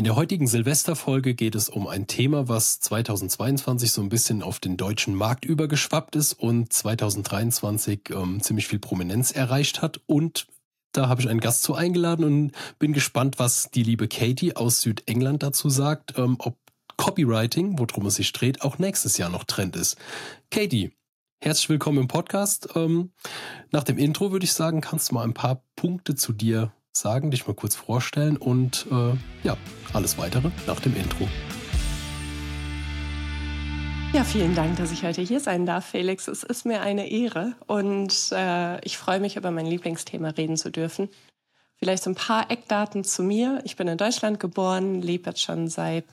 In der heutigen Silvesterfolge geht es um ein Thema, was 2022 so ein bisschen auf den deutschen Markt übergeschwappt ist und 2023 ziemlich viel Prominenz erreicht hat. Und da habe ich einen Gast zu eingeladen und bin gespannt, was die liebe Katie aus Südengland dazu sagt, ob Copywriting, worum es sich dreht, auch nächstes Jahr noch Trend ist. Katie, herzlich willkommen im Podcast. Nach dem Intro würde ich sagen, kannst du mal ein paar Punkte zu dir sagen, dich mal kurz vorstellen und alles Weitere nach dem Intro. Ja, vielen Dank, dass ich heute hier sein darf, Felix. Es ist mir eine Ehre und ich freue mich, über mein Lieblingsthema reden zu dürfen. Vielleicht so ein paar Eckdaten zu mir. Ich bin in Deutschland geboren, lebe jetzt schon seit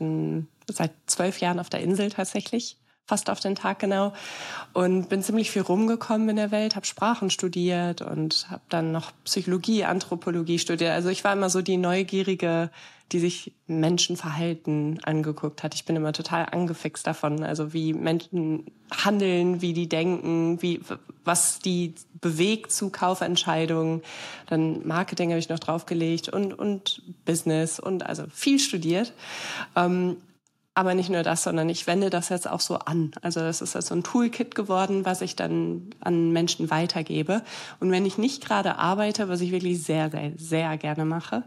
12 Jahren auf der Insel tatsächlich, fast auf den Tag genau, und bin ziemlich viel rumgekommen in der Welt, habe Sprachen studiert und habe dann noch Psychologie, Anthropologie studiert. Also ich war immer so die Neugierige, die sich Menschenverhalten angeguckt hat. Ich bin immer total angefixt davon, also wie Menschen handeln, wie die denken, was die bewegt zu Kaufentscheidungen. Dann Marketing habe ich noch draufgelegt und Business und also viel studiert. Aber nicht nur das, sondern ich wende das jetzt auch so an. Also das ist jetzt so ein Toolkit geworden, was ich dann an Menschen weitergebe. Und wenn ich nicht gerade arbeite, was ich wirklich sehr, sehr, sehr gerne mache,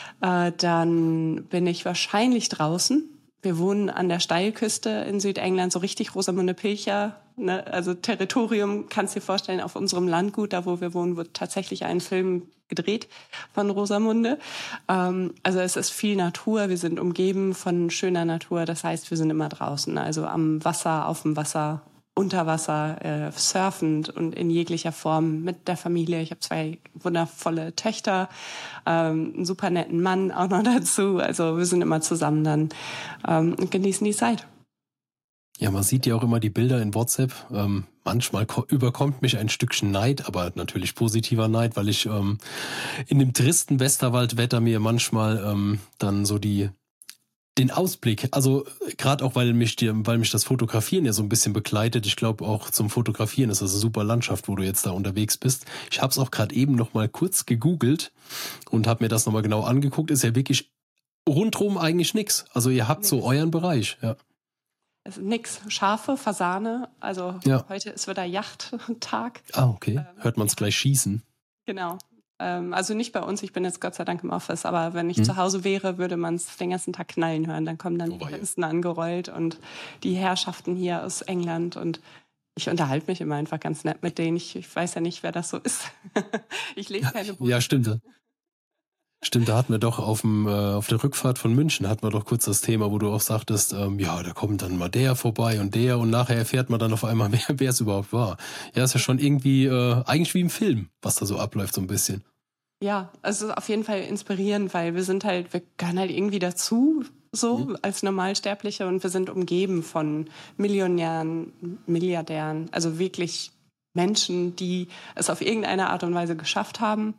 dann bin ich wahrscheinlich draußen. Wir wohnen an der Steilküste in Südengland, so richtig Rosamunde Pilcher, ne? Also Territorium, kannst du dir vorstellen, auf unserem Landgut, da wo wir wohnen, wird tatsächlich ein Film gedreht von Rosamunde. Also es ist viel Natur, wir sind umgeben von schöner Natur, das heißt, wir sind immer draußen, also am Wasser, auf dem Wasser, unter Wasser, surfend und in jeglicher Form mit der Familie. Ich habe 2 wundervolle Töchter, einen super netten Mann auch noch dazu. Also wir sind immer zusammen dann und genießen die Zeit. Ja, man sieht ja auch immer die Bilder in WhatsApp. Manchmal überkommt mich ein Stückchen Neid, aber natürlich positiver Neid, weil ich in dem tristen Westerwaldwetter mir manchmal dann so den Ausblick, also gerade auch, weil mich das Fotografieren ja so ein bisschen begleitet. Ich glaube auch zum Fotografieren ist das eine super Landschaft, wo du jetzt da unterwegs bist. Ich habe es auch gerade eben noch mal kurz gegoogelt und habe mir das noch mal genau angeguckt. Ist ja wirklich rundrum eigentlich nix. Also ihr habt so euren Bereich, ja. Es ist nix. Schafe, Fasane, also Ja. heute ist wieder Yachttag. Ah, okay. Hört man es gleich schießen. Genau. Also nicht bei uns, ich bin jetzt Gott sei Dank im Office, aber wenn ich zu Hause wäre, würde man es den ganzen Tag knallen hören. Dann kommen dann die Fenster angerollt und die Herrschaften hier aus England und ich unterhalte mich immer einfach ganz nett mit denen. Ich weiß ja nicht, wer das so ist. Ich lese keine Bücher. Ja, stimmt. Stimmt, da hatten wir doch auf der Rückfahrt von München hatten wir doch kurz das Thema, wo du auch sagtest, da kommt dann mal der vorbei und der und nachher erfährt man dann auf einmal, wer es überhaupt war. Ja, ist ja schon irgendwie eigentlich wie im Film, was da so abläuft so ein bisschen. Ja, also auf jeden Fall inspirierend, weil wir gehören halt irgendwie dazu, so als Normalsterbliche und wir sind umgeben von Millionären, Milliardären, also wirklich Menschen, die es auf irgendeine Art und Weise geschafft haben.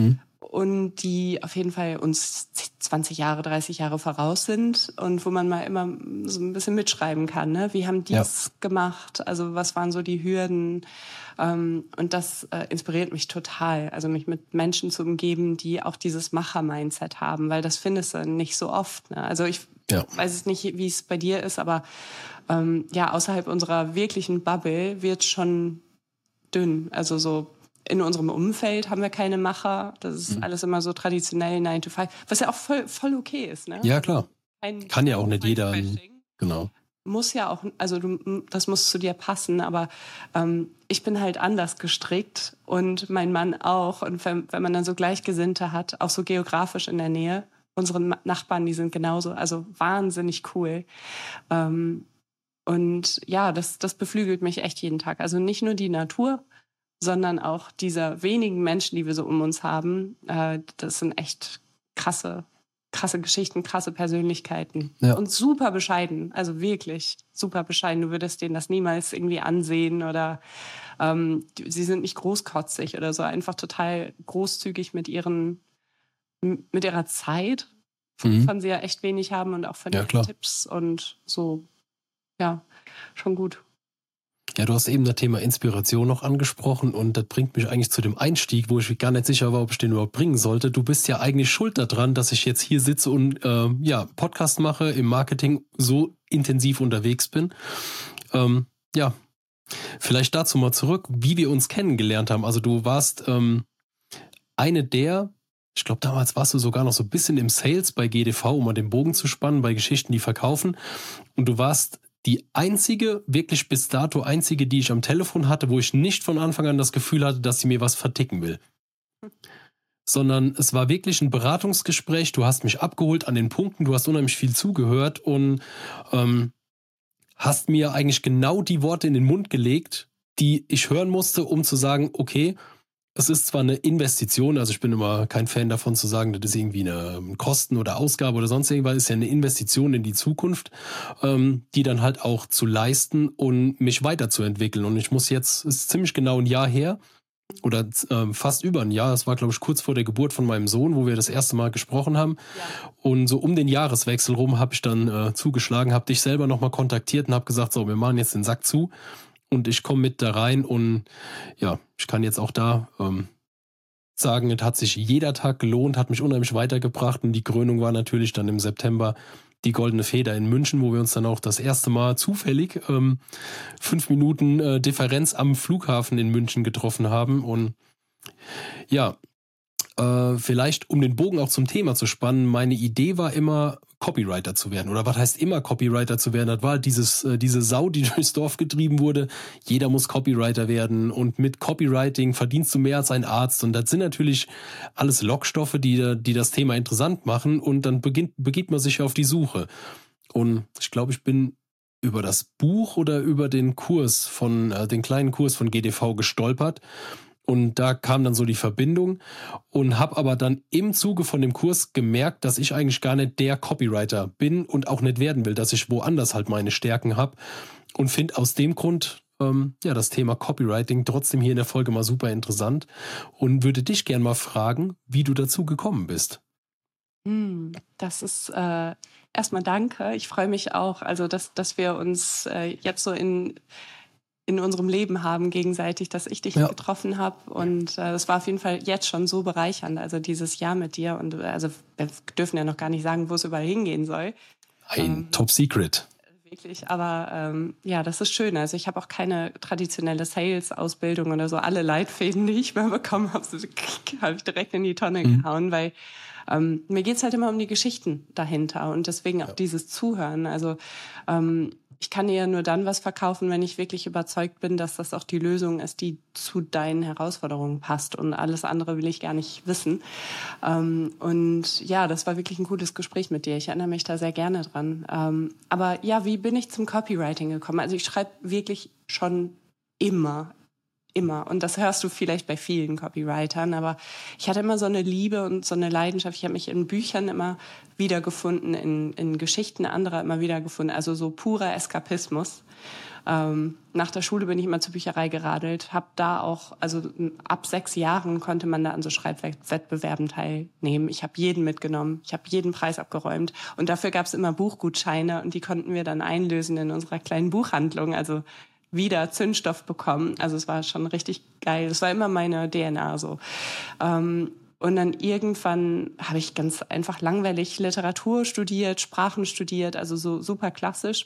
Und die auf jeden Fall uns 20 Jahre, 30 Jahre voraus sind und wo man mal immer so ein bisschen mitschreiben kann, ne? Wie haben die es gemacht? Also was waren so die Hürden? Und das inspiriert mich total, also mich mit Menschen zu umgeben, die auch dieses Macher-Mindset haben, weil das findest du nicht so oft, ne? Also ich weiß es nicht, wie es bei dir ist, aber außerhalb unserer wirklichen Bubble wird schon dünn, also so in unserem Umfeld haben wir keine Macher. Das ist alles immer so traditionell 9 to 5, was ja auch voll okay ist, ne? Ja, klar. Kann ja auch nicht jeder. Genau. Muss ja auch, also das muss zu dir passen, aber ich bin halt anders gestrickt und mein Mann auch. Und wenn man dann so Gleichgesinnte hat, auch so geografisch in der Nähe, unsere Nachbarn, die sind genauso, also wahnsinnig cool. Und ja, das beflügelt mich echt jeden Tag. Also nicht nur die Natur, sondern auch diese wenigen Menschen, die wir so um uns haben, das sind echt krasse Geschichten, krasse Persönlichkeiten. Ja. Und super bescheiden, also wirklich super bescheiden. Du würdest denen das niemals irgendwie ansehen oder sie sind nicht großkotzig oder so, einfach total großzügig mit ihrer Zeit, von sie ja echt wenig haben und auch von ihren Tipps und so, ja, schon gut. Ja, du hast eben das Thema Inspiration noch angesprochen und das bringt mich eigentlich zu dem Einstieg, wo ich gar nicht sicher war, ob ich den überhaupt bringen sollte. Du bist ja eigentlich schuld daran, dass ich jetzt hier sitze und Podcast mache, im Marketing so intensiv unterwegs bin. Ja, vielleicht dazu mal zurück, wie wir uns kennengelernt haben. Also du warst eine der, ich glaube damals warst du sogar noch so ein bisschen im Sales bei GDV, um mal den Bogen zu spannen, bei Geschichten, die verkaufen. Und du warst die einzige, wirklich bis dato einzige, die ich am Telefon hatte, wo ich nicht von Anfang an das Gefühl hatte, dass sie mir was verticken will. Sondern es war wirklich ein Beratungsgespräch, du hast mich abgeholt an den Punkten, du hast unheimlich viel zugehört und hast mir eigentlich genau die Worte in den Mund gelegt, die ich hören musste, um zu sagen, okay, es ist zwar eine Investition, also ich bin immer kein Fan davon zu sagen, das ist irgendwie eine Kosten oder Ausgabe oder sonst irgendwas, ist ja eine Investition in die Zukunft, die dann halt auch zu leisten und mich weiterzuentwickeln. Und ich muss jetzt, es ist ziemlich genau ein Jahr her oder fast über ein Jahr, es war glaube ich kurz vor der Geburt von meinem Sohn, wo wir das erste Mal gesprochen haben. Ja. Und so um den Jahreswechsel rum habe ich dann zugeschlagen, habe dich selber nochmal kontaktiert und habe gesagt, so, wir machen jetzt den Sack zu. Und ich komme mit da rein und ja, ich kann jetzt auch da sagen, es hat sich jeder Tag gelohnt, hat mich unheimlich weitergebracht und die Krönung war natürlich dann im September die Goldene Feder in München, wo wir uns dann auch das erste Mal zufällig 5 Minuten Differenz am Flughafen in München getroffen haben und ja, vielleicht um den Bogen auch zum Thema zu spannen, meine Idee war immer, Copywriter zu werden. Oder was heißt immer Copywriter zu werden? Das war halt diese Sau, die durchs Dorf getrieben wurde. Jeder muss Copywriter werden und mit Copywriting verdienst du mehr als ein Arzt. Und das sind natürlich alles Lockstoffe, die das Thema interessant machen und dann begibt man sich auf die Suche. Und ich glaube, ich bin über das Buch oder über den Kurs den kleinen Kurs von GDV gestolpert. Und da kam dann so die Verbindung und habe aber dann im Zuge von dem Kurs gemerkt, dass ich eigentlich gar nicht der Copywriter bin und auch nicht werden will, dass ich woanders halt meine Stärken habe und finde aus dem Grund das Thema Copywriting trotzdem hier in der Folge mal super interessant und würde dich gern mal fragen, wie du dazu gekommen bist. Das ist erstmal danke. Ich freue mich auch, also dass wir uns jetzt so in unserem Leben haben gegenseitig, dass ich dich getroffen habe. Und das war auf jeden Fall jetzt schon so bereichernd, also dieses Jahr mit dir. Und also wir dürfen ja noch gar nicht sagen, wo es überall hingehen soll. Ein Top Secret. Wirklich, aber das ist schön. Also ich habe auch keine traditionelle Sales-Ausbildung oder so. Alle Leitfäden, die ich mal bekommen habe, habe ich direkt in die Tonne gehauen, weil mir geht's halt immer um die Geschichten dahinter und deswegen auch dieses Zuhören. Also ich kann dir ja nur dann was verkaufen, wenn ich wirklich überzeugt bin, dass das auch die Lösung ist, die zu deinen Herausforderungen passt. Und alles andere will ich gar nicht wissen. Und ja, das war wirklich ein gutes Gespräch mit dir. Ich erinnere mich da sehr gerne dran. Aber ja, wie bin ich zum Copywriting gekommen? Also ich schreibe wirklich schon immer. Und das hörst du vielleicht bei vielen Copywritern, aber ich hatte immer so eine Liebe und so eine Leidenschaft. Ich habe mich in Büchern immer wiedergefunden, in Geschichten anderer immer wiedergefunden, also so purer Eskapismus. Nach der Schule bin ich immer zur Bücherei geradelt, habe da auch, also ab 6 Jahren konnte man da an so Schreibwettbewerben teilnehmen. Ich habe jeden mitgenommen, ich habe jeden Preis abgeräumt und dafür gab es immer Buchgutscheine und die konnten wir dann einlösen in unserer kleinen Buchhandlung, also wieder Zündstoff bekommen. Also es war schon richtig geil. Das war immer meine DNA so. Und dann irgendwann habe ich ganz einfach langweilig Literatur studiert, Sprachen studiert, also so super klassisch.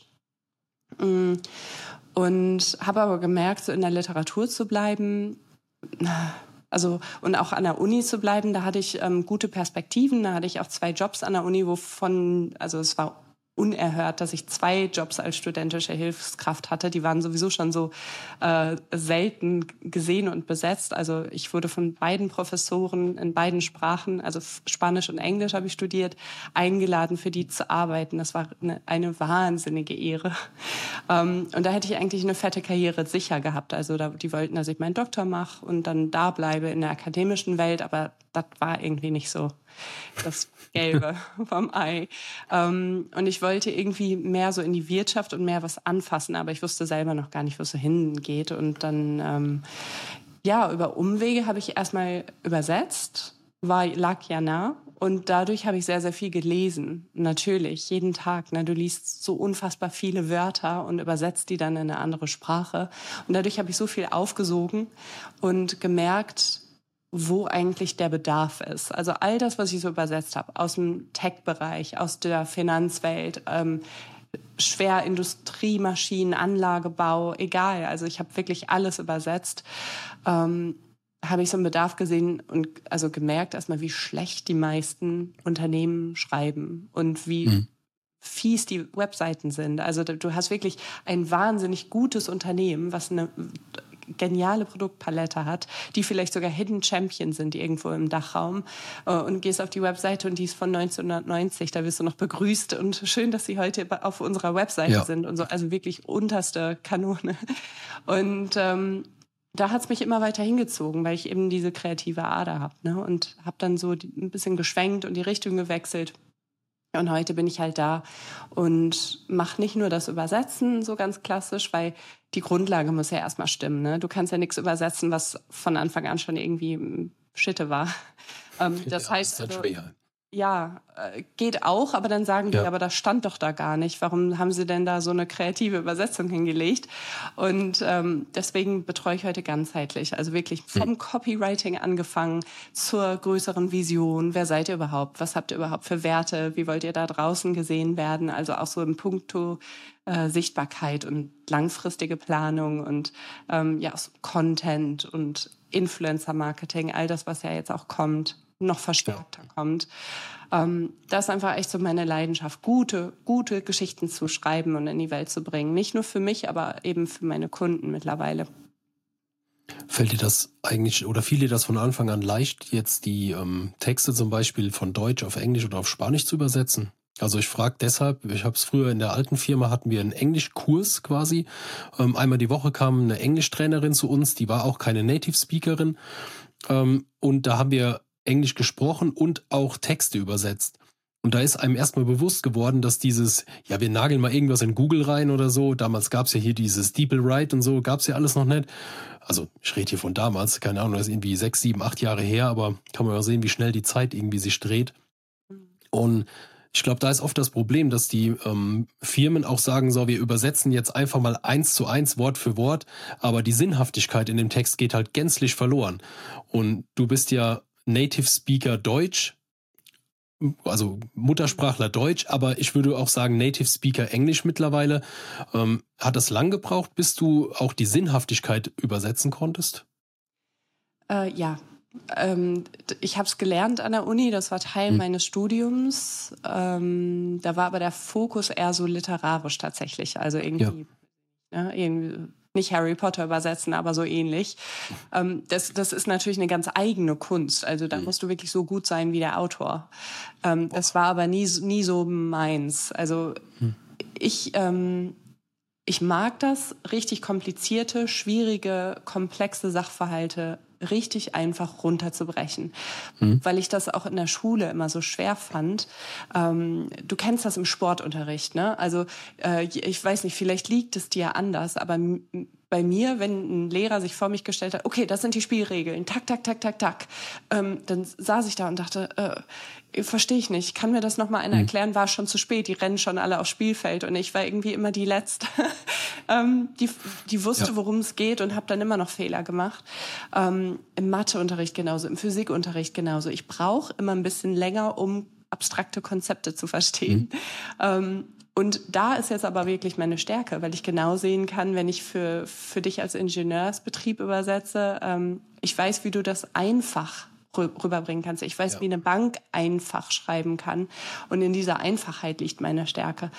Und habe aber gemerkt, so in der Literatur zu bleiben, also und auch an der Uni zu bleiben, da hatte ich gute Perspektiven. Da hatte ich auch 2 Jobs an der Uni, also es war unerhört, dass ich 2 Jobs als studentische Hilfskraft hatte. Die waren sowieso schon so selten gesehen und besetzt. Also ich wurde von beiden Professoren in beiden Sprachen, also Spanisch und Englisch habe ich studiert, eingeladen, für die zu arbeiten. Das war eine wahnsinnige Ehre. Und da hätte ich eigentlich eine fette Karriere sicher gehabt. Also die wollten, dass ich meinen Doktor mache und dann da bleibe in der akademischen Welt, aber das war irgendwie nicht so das Gelbe vom Ei. Und ich wollte irgendwie mehr so in die Wirtschaft und mehr was anfassen, aber ich wusste selber noch gar nicht, wo es so hingeht. Und dann, über Umwege habe ich erstmal übersetzt, lag ja nah Und dadurch habe ich sehr, sehr viel gelesen. Natürlich, jeden Tag. Ne? Du liest so unfassbar viele Wörter und übersetzt die dann in eine andere Sprache. Und dadurch habe ich so viel aufgesogen und gemerkt, wo eigentlich der Bedarf ist. Also all das, was ich so übersetzt habe, aus dem Tech-Bereich, aus der Finanzwelt, Schwerindustrie, Maschinen, Anlagebau, egal. Also ich habe wirklich alles übersetzt. Habe ich so einen Bedarf gesehen und also gemerkt erstmal, wie schlecht die meisten Unternehmen schreiben und wie fies die Webseiten sind. Also du hast wirklich ein wahnsinnig gutes Unternehmen, was eine geniale Produktpalette hat, die vielleicht sogar Hidden Champion sind irgendwo im Dachraum und gehst auf die Webseite und die ist von 1990, da wirst du noch begrüßt und schön, dass sie heute auf unserer Webseite sind und so, also wirklich unterste Kanone. Und da hat es mich immer weiter hingezogen, weil ich eben diese kreative Ader habe, ne? Und habe dann so ein bisschen geschwenkt und die Richtung gewechselt. Und heute bin ich halt da und mache nicht nur das Übersetzen so ganz klassisch, weil die Grundlage muss ja erstmal stimmen. Ne? Du kannst ja nichts übersetzen, was von Anfang an schon irgendwie Schitte war. Das heißt, ist halt schwer. Ja, geht auch, aber dann sagen die, aber das stand doch da gar nicht. Warum haben sie denn da so eine kreative Übersetzung hingelegt? Und deswegen betreue ich heute ganzheitlich. Also wirklich vom Copywriting angefangen zur größeren Vision. Wer seid ihr überhaupt? Was habt ihr überhaupt für Werte? Wie wollt ihr da draußen gesehen werden? Also auch so im Punkto Sichtbarkeit und langfristige Planung und so Content und Influencer-Marketing, all das, was ja jetzt auch kommt, noch verstärkter kommt. Das ist einfach echt so meine Leidenschaft, gute Geschichten zu schreiben und in die Welt zu bringen. Nicht nur für mich, aber eben für meine Kunden mittlerweile. Fällt dir das eigentlich oder fiel dir das von Anfang an leicht, jetzt die Texte zum Beispiel von Deutsch auf Englisch oder auf Spanisch zu übersetzen? Also ich frage deshalb, ich habe es früher in der alten Firma, hatten wir einen Englischkurs quasi. Einmal die Woche kam eine Englischtrainerin zu uns, die war auch keine Native Speakerin. Und da haben wir Englisch gesprochen und auch Texte übersetzt. Und da ist einem erstmal bewusst geworden, dass dieses, wir nageln mal irgendwas in Google rein oder so. Damals gab es ja hier dieses DeepL-Write und so, gab es ja alles noch nicht. Also ich rede hier von damals, keine Ahnung, das ist irgendwie 6, 7, 8 Jahre her, aber kann man ja sehen, wie schnell die Zeit irgendwie sich dreht. Und ich glaube, da ist oft das Problem, dass die Firmen auch sagen, so, wir übersetzen jetzt einfach mal 1:1, Wort für Wort, aber die Sinnhaftigkeit in dem Text geht halt gänzlich verloren. Und du bist ja Native Speaker Deutsch, also Muttersprachler Deutsch, aber ich würde auch sagen Native Speaker Englisch mittlerweile. Hat das lang gebraucht, bis du auch die Sinnhaftigkeit übersetzen konntest? Ja. Ich habe es gelernt an der Uni, das war Teil meines Studiums. Da war aber der Fokus eher so literarisch tatsächlich, also irgendwie nicht Harry Potter übersetzen, aber so ähnlich. Das ist natürlich eine ganz eigene Kunst. Also da musst du wirklich so gut sein wie der Autor. Das war aber nie so meins. Also ich mag das, richtig komplizierte, schwierige, komplexe Sachverhalte richtig einfach runterzubrechen, weil ich das auch in der Schule immer so schwer fand. Du kennst das im Sportunterricht, ne? Also ich weiß nicht, vielleicht liegt es dir anders, aber bei mir, wenn ein Lehrer sich vor mich gestellt hat, okay, das sind die Spielregeln, tak, tak, tak, tak, tak, dann saß ich da und dachte, verstehe ich nicht, kann mir das nochmal einer erklären, war schon zu spät, die rennen schon alle aufs Spielfeld und ich war irgendwie immer die Letzte, die wusste, worum es geht und habe dann immer noch Fehler gemacht. Im Matheunterricht genauso, im Physikunterricht genauso. Ich brauche immer ein bisschen länger, um abstrakte Konzepte zu verstehen. Und da ist jetzt aber wirklich meine Stärke, weil ich genau sehen kann, wenn ich für dich als Ingenieursbetrieb übersetze, ich weiß, wie du das einfach rüberbringen kannst. Ich weiß, wie eine Bank einfach schreiben kann. Und in dieser Einfachheit liegt meine Stärke.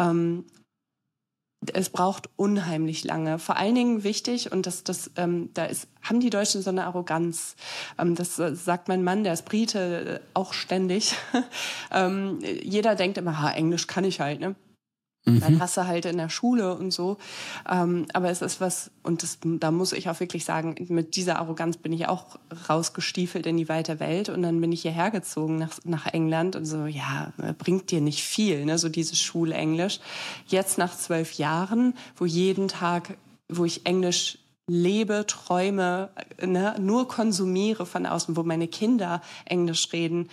Es braucht unheimlich lange. Vor allen Dingen wichtig, und haben die Deutschen so eine Arroganz. Das sagt mein Mann, der ist Brite, auch ständig. Jeder denkt immer, Englisch kann ich halt, ne? Dann hast du halt in der Schule und so. Aber es ist was, und da muss ich auch wirklich sagen, mit dieser Arroganz bin ich auch rausgestiefelt in die weite Welt. Und dann bin ich hierher gezogen nach England und so, bringt dir nicht viel, ne, so dieses Schulenglisch. Jetzt nach 12 Jahren, wo jeden Tag, wo ich Englisch lebe, träume, ne, nur konsumiere von außen, wo meine Kinder Englisch reden,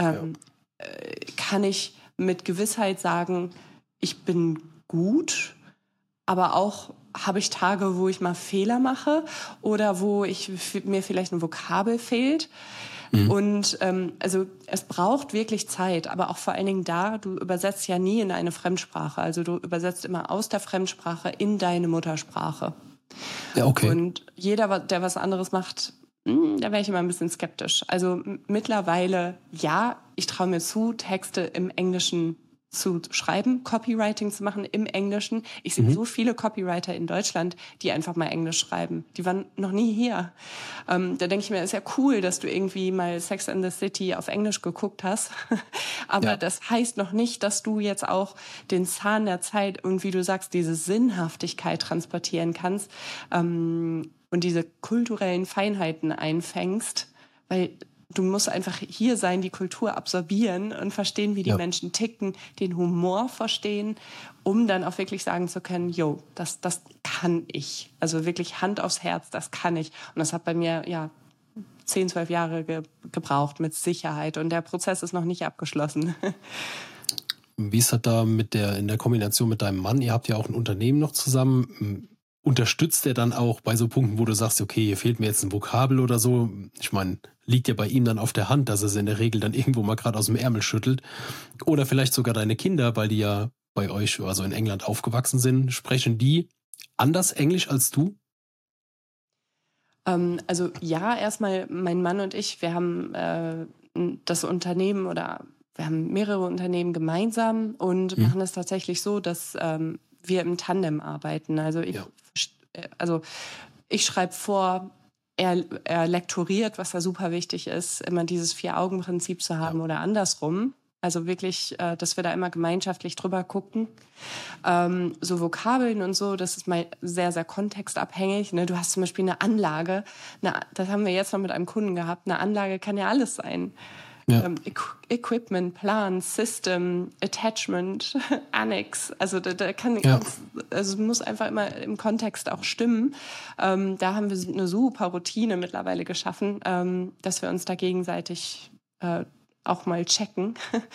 kann ich mit Gewissheit sagen, ich bin gut, aber auch habe ich Tage, wo ich mal Fehler mache oder wo mir vielleicht ein Vokabel fehlt. Und also es braucht wirklich Zeit, aber auch vor allen Dingen du übersetzt ja nie in eine Fremdsprache. Also du übersetzt immer aus der Fremdsprache in deine Muttersprache. Ja, okay. Und jeder, der was anderes macht, da wäre ich immer ein bisschen skeptisch. Also mittlerweile, ja, ich traue mir zu, Texte im Englischen zu schreiben, Copywriting zu machen im Englischen. Ich sehe so viele Copywriter in Deutschland, die einfach mal Englisch schreiben. Die waren noch nie hier. Da denke ich mir, ist ja cool, dass du irgendwie mal Sex and the City auf Englisch geguckt hast. Aber das heißt noch nicht, dass du jetzt auch den Zahn der Zeit und wie du sagst, diese Sinnhaftigkeit transportieren kannst und diese kulturellen Feinheiten einfängst, weil du musst einfach hier sein, die Kultur absorbieren und verstehen, wie die Menschen ticken, den Humor verstehen, um dann auch wirklich sagen zu können, das kann ich. Also wirklich Hand aufs Herz, das kann ich. Und das hat bei mir 10, 12 Jahre gebraucht, mit Sicherheit. Und der Prozess ist noch nicht abgeschlossen. Wie ist das da in der Kombination mit deinem Mann? Ihr habt ja auch ein Unternehmen noch zusammen. Unterstützt er dann auch bei so Punkten, wo du sagst, okay, hier fehlt mir jetzt ein Vokabel oder so? Ich meine, liegt ja bei ihm dann auf der Hand, dass er es in der Regel dann irgendwo mal gerade aus dem Ärmel schüttelt. Oder vielleicht sogar deine Kinder, weil die ja bei euch, also in England aufgewachsen sind. Sprechen die anders Englisch als du? Also ja, erstmal mein Mann und ich, wir haben das Unternehmen oder wir haben mehrere Unternehmen gemeinsam und machen es tatsächlich so, dass wir im Tandem arbeiten. Also ich schreibe vor, er lektoriert, was da super wichtig ist, immer dieses 4-Augen-Prinzip zu haben oder andersrum. Also wirklich, dass wir da immer gemeinschaftlich drüber gucken. So Vokabeln und so, das ist mal sehr, sehr kontextabhängig. Ne? Du hast zum Beispiel eine Anlage, das haben wir jetzt noch mit einem Kunden gehabt, eine Anlage kann ja alles sein. Ja. Equipment, Plan, System, Attachment, Annex. Also da kann also es muss einfach immer im Kontext auch stimmen. Da haben wir eine super Routine mittlerweile geschaffen, dass wir uns da gegenseitig auch mal checken.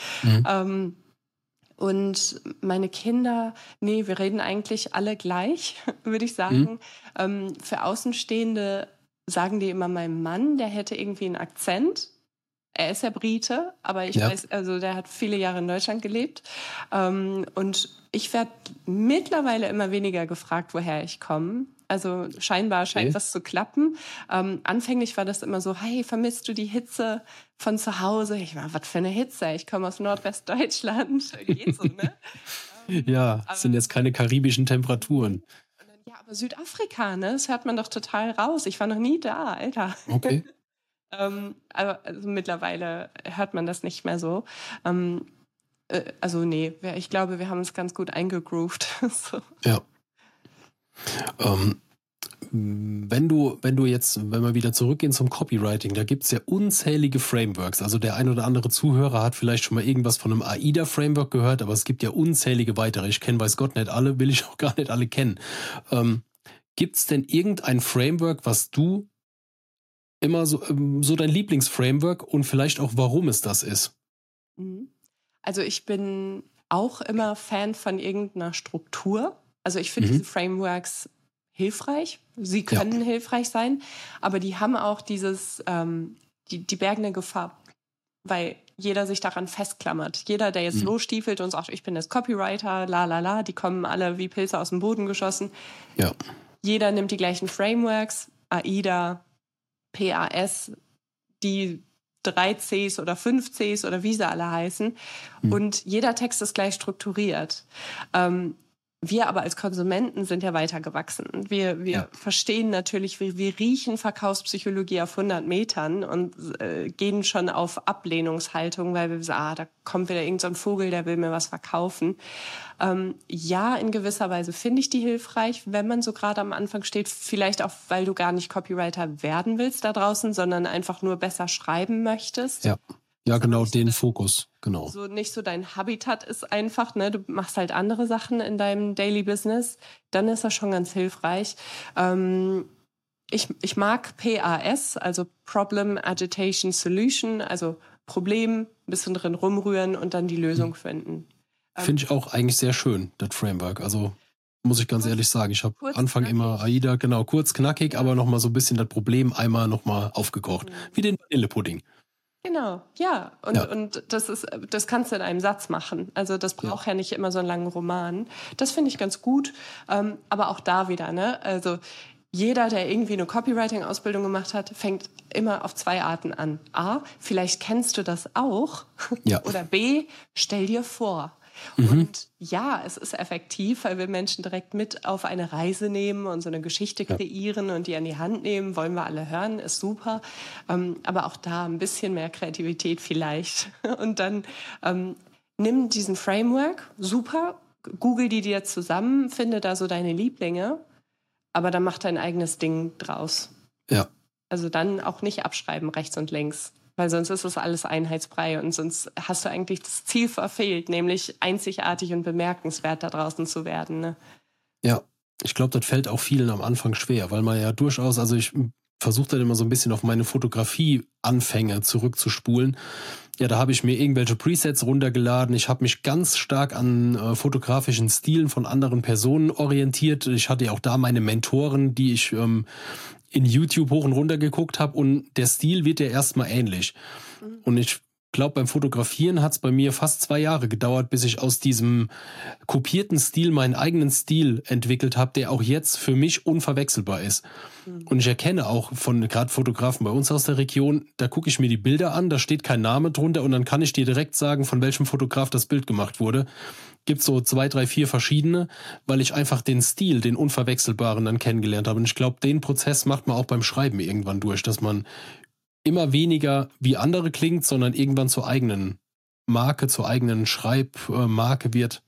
Und meine Kinder, wir reden eigentlich alle gleich, würde ich sagen. Für Außenstehende sagen die immer, mein Mann, der hätte irgendwie einen Akzent. Er ist ja Brite, aber ich weiß, also der hat viele Jahre in Deutschland gelebt. Und ich werde mittlerweile immer weniger gefragt, woher ich komme. Also scheinbar scheint was zu klappen. Anfänglich war das immer so, hey, vermisst du die Hitze von zu Hause? Ich war, was für eine Hitze? Ich komme aus Nordwestdeutschland. Geht so, ne? Es sind jetzt keine karibischen Temperaturen. Ja, aber Südafrika, ne? Das hört man doch total raus. Ich war noch nie da, Alter. Okay. Aber also mittlerweile hört man das nicht mehr so. Also ich glaube, wir haben es ganz gut eingegroovt. So. Ja. Wenn wir wieder zurückgehen zum Copywriting, da gibt es ja unzählige Frameworks. Also der ein oder andere Zuhörer hat vielleicht schon mal irgendwas von einem AIDA-Framework gehört, aber es gibt ja unzählige weitere. Ich kenne, weiß Gott, nicht alle, will ich auch gar nicht alle kennen. Gibt es denn irgendein Framework, was du immer so dein Lieblingsframework und vielleicht auch, warum es das ist? Also ich bin auch immer Fan von irgendeiner Struktur. Also ich finde diese Frameworks hilfreich. Sie können hilfreich sein, aber die haben auch dieses, die bergen eine Gefahr, weil jeder sich daran festklammert. Jeder, der jetzt losstiefelt und sagt, ich bin das Copywriter, die kommen alle wie Pilze aus dem Boden geschossen. Ja. Jeder nimmt die gleichen Frameworks, AIDA, PAS, die 3 Cs oder 5 Cs oder wie sie alle heißen. Und jeder Text ist gleich strukturiert. Wir aber als Konsumenten sind ja weitergewachsen. Wir verstehen natürlich, wir riechen Verkaufspsychologie auf 100 Metern und gehen schon auf Ablehnungshaltung, weil wir sagen, da kommt wieder irgend so ein Vogel, der will mir was verkaufen. In gewisser Weise finde ich die hilfreich, wenn man so gerade am Anfang steht, vielleicht auch, weil du gar nicht Copywriter werden willst da draußen, sondern einfach nur besser schreiben möchtest. Ja, genau, den Fokus, genau. So nicht so dein Habitat ist einfach, ne? Du machst halt andere Sachen in deinem Daily Business, dann ist das schon ganz hilfreich. ich mag PAS, also Problem, Agitation, Solution, also Problem, ein bisschen drin rumrühren und dann die Lösung finden. Finde ich auch eigentlich sehr schön, das Framework. Also muss ich ganz ehrlich sagen, ich habe Anfang knackig. immer AIDA, genau, kurz, knackig, aber nochmal so ein bisschen das Problem einmal nochmal aufgekocht. Wie den Vanillepudding. Genau, ja. Und das kannst du in einem Satz machen. Also das braucht ja nicht immer so einen langen Roman. Das finde ich ganz gut. Aber auch da wieder, ne? Also jeder, der irgendwie eine Copywriting-Ausbildung gemacht hat, fängt immer auf 2 Arten an. A, vielleicht kennst du das auch. Ja. Oder B, stell dir vor. Und ja, es ist effektiv, weil wir Menschen direkt mit auf eine Reise nehmen und so eine Geschichte kreieren und die an die Hand nehmen. Wollen wir alle hören, ist super. Aber auch da ein bisschen mehr Kreativität vielleicht. Und dann nimm diesen Framework, super, google die dir zusammen, finde da so deine Lieblinge, aber dann mach dein eigenes Ding draus. Ja. Also dann auch nicht abschreiben, rechts und links. Weil sonst ist es alles Einheitsbrei und sonst hast du eigentlich das Ziel verfehlt, nämlich einzigartig und bemerkenswert da draußen zu werden. Ne? Ja, ich glaube, das fällt auch vielen am Anfang schwer, weil man ja durchaus, also ich versuche dann immer so ein bisschen auf meine Fotografie-Anfänge zurückzuspulen. Ja, da habe ich mir irgendwelche Presets runtergeladen. Ich habe mich ganz stark an fotografischen Stilen von anderen Personen orientiert. Ich hatte ja auch da meine Mentoren, die ich in YouTube hoch und runter geguckt habe, und der Stil wird ja erstmal ähnlich. Und ich glaube, beim Fotografieren hat es bei mir fast 2 Jahre gedauert, bis ich aus diesem kopierten Stil meinen eigenen Stil entwickelt habe, der auch jetzt für mich unverwechselbar ist. Und ich erkenne auch von gerade Fotografen bei uns aus der Region, da gucke ich mir die Bilder an, da steht kein Name drunter und dann kann ich dir direkt sagen, von welchem Fotograf das Bild gemacht wurde. Gibt so 2, 3, 4 verschiedene, weil ich einfach den Stil, den Unverwechselbaren dann kennengelernt habe. Und ich glaube, den Prozess macht man auch beim Schreiben irgendwann durch, dass man immer weniger wie andere klingt, sondern irgendwann zur eigenen Marke, zur eigenen Schreibmarke wird.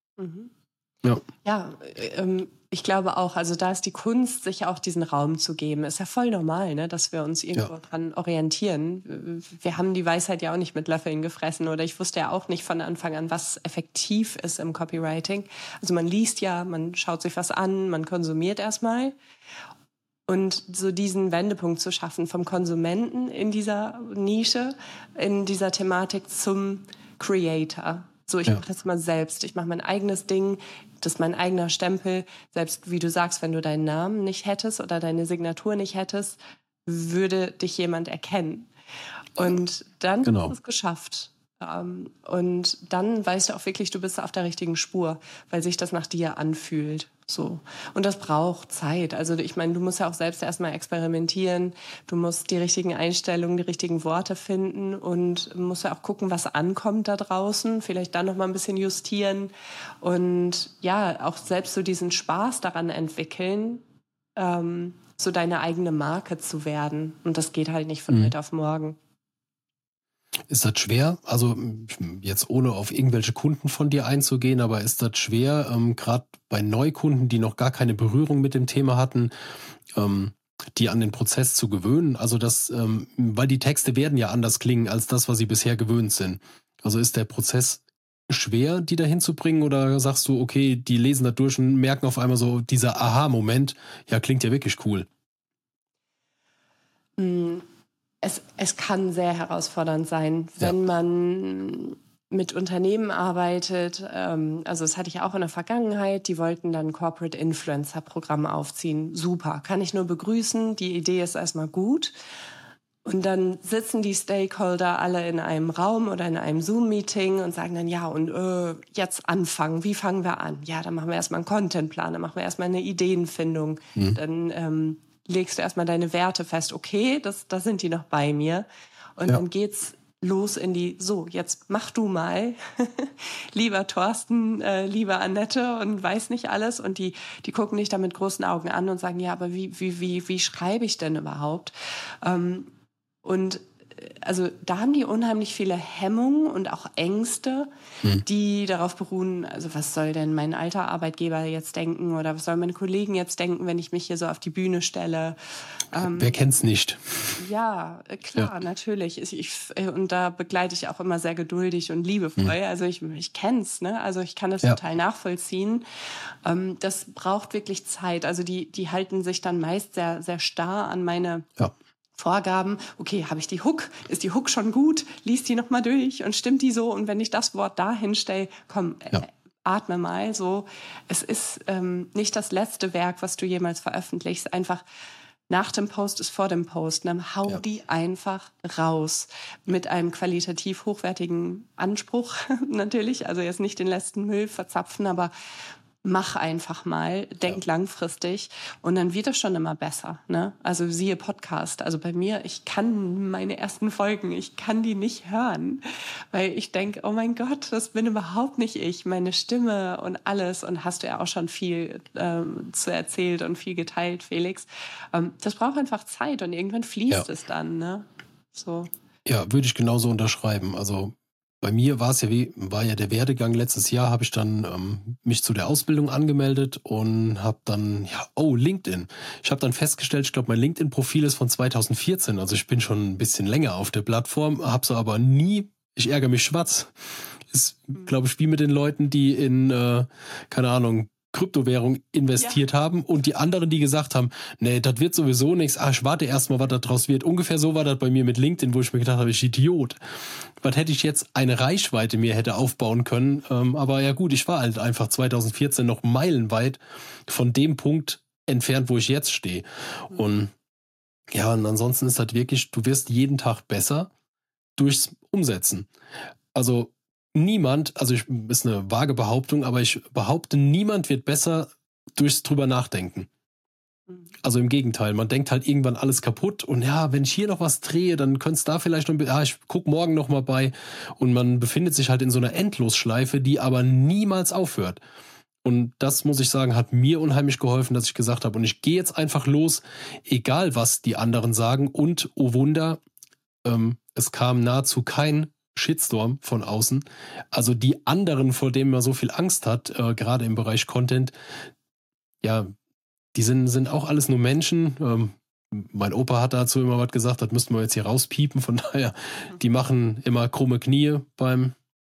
Ja, ich glaube auch, also da ist die Kunst, sich auch diesen Raum zu geben. Ist ja voll normal, ne, dass wir uns irgendwo dran orientieren. Wir haben die Weisheit ja auch nicht mit Löffeln gefressen, oder ich wusste ja auch nicht von Anfang an, was effektiv ist im Copywriting. Also man liest ja, man schaut sich was an, man konsumiert erstmal. Und so diesen Wendepunkt zu schaffen vom Konsumenten in dieser Nische, in dieser Thematik zum Creator. So, ich mache das mal selbst. Ich mache mein eigenes Ding. Das ist mein eigener Stempel. Selbst wie du sagst, wenn du deinen Namen nicht hättest oder deine Signatur nicht hättest, würde dich jemand erkennen. Und dann hast du es geschafft. Und dann weißt du auch wirklich, du bist auf der richtigen Spur, weil sich das nach dir anfühlt. So. Und das braucht Zeit. Also ich meine, du musst ja auch selbst erstmal experimentieren. Du musst die richtigen Einstellungen, die richtigen Worte finden und musst ja auch gucken, was ankommt da draußen. Vielleicht dann nochmal ein bisschen justieren. Und ja, auch selbst so diesen Spaß daran entwickeln, so deine eigene Marke zu werden. Und das geht halt nicht von heute auf morgen. Ist das schwer? Also jetzt ohne auf irgendwelche Kunden von dir einzugehen, aber ist das schwer, gerade bei Neukunden, die noch gar keine Berührung mit dem Thema hatten, die an den Prozess zu gewöhnen? Also das, weil die Texte werden ja anders klingen als das, was sie bisher gewöhnt sind. Also ist der Prozess schwer, die da hinzubringen, oder sagst du, okay, die lesen da durch und merken auf einmal so dieser Aha-Moment, ja, klingt ja wirklich cool. Es kann sehr herausfordernd sein, wenn man mit Unternehmen arbeitet. Also das hatte ich auch in der Vergangenheit. Die wollten dann ein Corporate Influencer Programm aufziehen. Super, kann ich nur begrüßen. Die Idee ist erstmal gut. Und dann sitzen die Stakeholder alle in einem Raum oder in einem Zoom-Meeting und sagen dann, ja, und jetzt anfangen. Wie fangen wir an? Ja, dann machen wir erstmal einen Contentplan, dann machen wir erstmal eine Ideenfindung. Dann legst du erstmal deine Werte fest. Okay, da sind die noch bei mir. Und dann geht's los in die, so, jetzt mach du mal, lieber Thorsten, lieber Annette und weiß nicht alles. Und die gucken dich da mit großen Augen an und sagen, ja, aber wie schreibe ich denn überhaupt? Und also da haben die unheimlich viele Hemmungen und auch Ängste, die darauf beruhen, also was soll denn mein alter Arbeitgeber jetzt denken oder was sollen meine Kollegen jetzt denken, wenn ich mich hier so auf die Bühne stelle. Wer kennt's nicht? Ja, klar, natürlich. Und da begleite ich auch immer sehr geduldig und liebevoll. Also ich kenn's, ne? Also ich kann das total nachvollziehen. Das braucht wirklich Zeit. Also die halten sich dann meist sehr, sehr starr an meine Vorgaben. Okay, habe ich die Hook? Ist die Hook schon gut? Lies die nochmal durch und stimmt die so? Und wenn ich das Wort da hinstelle, komm, atme mal so. Es ist nicht das letzte Werk, was du jemals veröffentlichst. Einfach nach dem Post ist vor dem Post. Ne? Hau die einfach raus. Mit einem qualitativ hochwertigen Anspruch natürlich. Also jetzt nicht den letzten Müll verzapfen, aber mach einfach mal, denk langfristig und dann wird es schon immer besser. Ne? Also siehe Podcast. Also bei mir, ich kann meine ersten Folgen, ich kann die nicht hören, weil ich denke, oh mein Gott, das bin überhaupt nicht ich. Meine Stimme und alles, und hast du ja auch schon viel zu erzählt und viel geteilt, Felix. Das braucht einfach Zeit und irgendwann fließt es dann. Ne? So. Ja, würde ich genauso unterschreiben. Also bei mir war ja der Werdegang letztes Jahr, habe ich dann mich zu der Ausbildung angemeldet und habe dann, LinkedIn. Ich habe dann festgestellt, ich glaube, mein LinkedIn-Profil ist von 2014, also ich bin schon ein bisschen länger auf der Plattform, habe so aber nie, ich ärgere mich schwarz. Ist, glaube ich, wie mit den Leuten, die in, keine Ahnung, Kryptowährung investiert haben und die anderen, die gesagt haben, nee, das wird sowieso nichts, ich warte erst mal, was da draus wird. Ungefähr so war das bei mir mit LinkedIn, wo ich mir gedacht habe, ich Idiot. Was hätte ich jetzt eine Reichweite mir hätte aufbauen können. Aber ja gut, ich war halt einfach 2014 noch meilenweit von dem Punkt entfernt, wo ich jetzt stehe. Und ja, und ansonsten ist das wirklich, du wirst jeden Tag besser durchs Umsetzen. Also niemand, ist eine vage Behauptung, aber ich behaupte, niemand wird besser durchs drüber nachdenken. Also im Gegenteil, man denkt halt irgendwann alles kaputt und ja, wenn ich hier noch was drehe, dann könnte es da vielleicht noch, ich guck morgen noch mal bei und man befindet sich halt in so einer Endlosschleife, die aber niemals aufhört. Und das, muss ich sagen, hat mir unheimlich geholfen, dass ich gesagt habe, und ich gehe jetzt einfach los, egal was die anderen sagen, und oh Wunder, es kam nahezu kein Shitstorm von außen. Also die anderen, vor denen man so viel Angst hat, gerade im Bereich Content, ja, die sind auch alles nur Menschen. Mein Opa hat dazu immer was gesagt, das müssten wir jetzt hier rauspiepen. Von daher, die machen immer krumme Knie beim,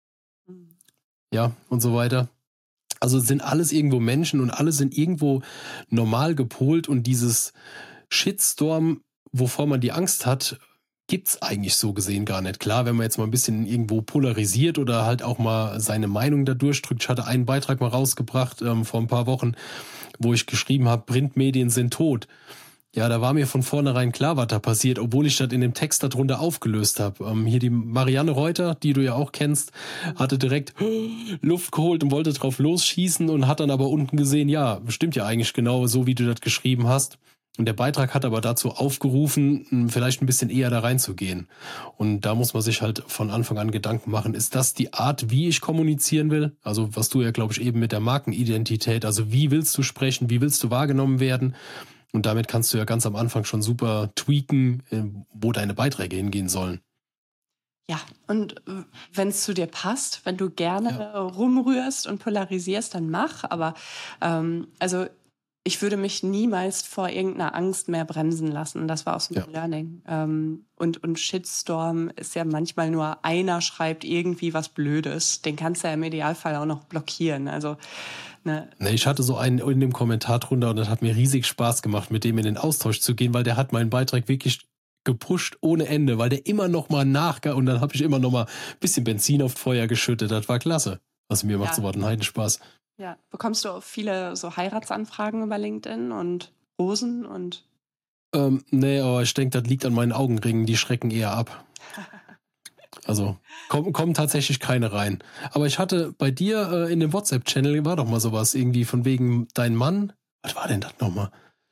und so weiter. Also sind alles irgendwo Menschen und alle sind irgendwo normal gepolt und dieses Shitstorm, wovor man die Angst hat, gibt's eigentlich so gesehen gar nicht. Klar, wenn man jetzt mal ein bisschen irgendwo polarisiert oder halt auch mal seine Meinung da durchdrückt. Ich hatte einen Beitrag mal rausgebracht vor ein paar Wochen, wo ich geschrieben habe, Printmedien sind tot. Ja, da war mir von vornherein klar, was da passiert, obwohl ich das in dem Text darunter aufgelöst habe. Hier die Marianne Reuter, die du ja auch kennst, hatte direkt Luft geholt und wollte drauf losschießen und hat dann aber unten gesehen, ja, stimmt ja eigentlich genau so, wie du das geschrieben hast. Und der Beitrag hat aber dazu aufgerufen, vielleicht ein bisschen eher da reinzugehen. Und da muss man sich halt von Anfang an Gedanken machen, ist das die Art, wie ich kommunizieren will? Also was du ja, glaube ich, eben mit der Markenidentität, also wie willst du sprechen, wie willst du wahrgenommen werden? Und damit kannst du ja ganz am Anfang schon super tweaken, wo deine Beiträge hingehen sollen. Ja, und wenn es zu dir passt, wenn du gerne rumrührst und polarisierst, dann mach. Aber also ich würde mich niemals vor irgendeiner Angst mehr bremsen lassen. Das war auch so ein Learning. Und Shitstorm ist ja manchmal nur einer schreibt irgendwie was Blödes. Den kannst du ja im Idealfall auch noch blockieren. Also ich hatte so einen in dem Kommentar drunter und das hat mir riesig Spaß gemacht, mit dem in den Austausch zu gehen, weil der hat meinen Beitrag wirklich gepusht ohne Ende, weil der immer noch mal und dann habe ich immer noch mal ein bisschen Benzin auf Feuer geschüttet. Das war klasse. Also mir macht sowas einen Heidenspaß. Ja, bekommst du viele so Heiratsanfragen über LinkedIn und Rosen und? Nee, aber ich denke, das liegt an meinen Augenringen, die schrecken eher ab. Also kommen tatsächlich keine rein. Aber ich hatte bei dir in dem WhatsApp-Channel war doch mal sowas, irgendwie von wegen dein Mann. Was war denn das nochmal?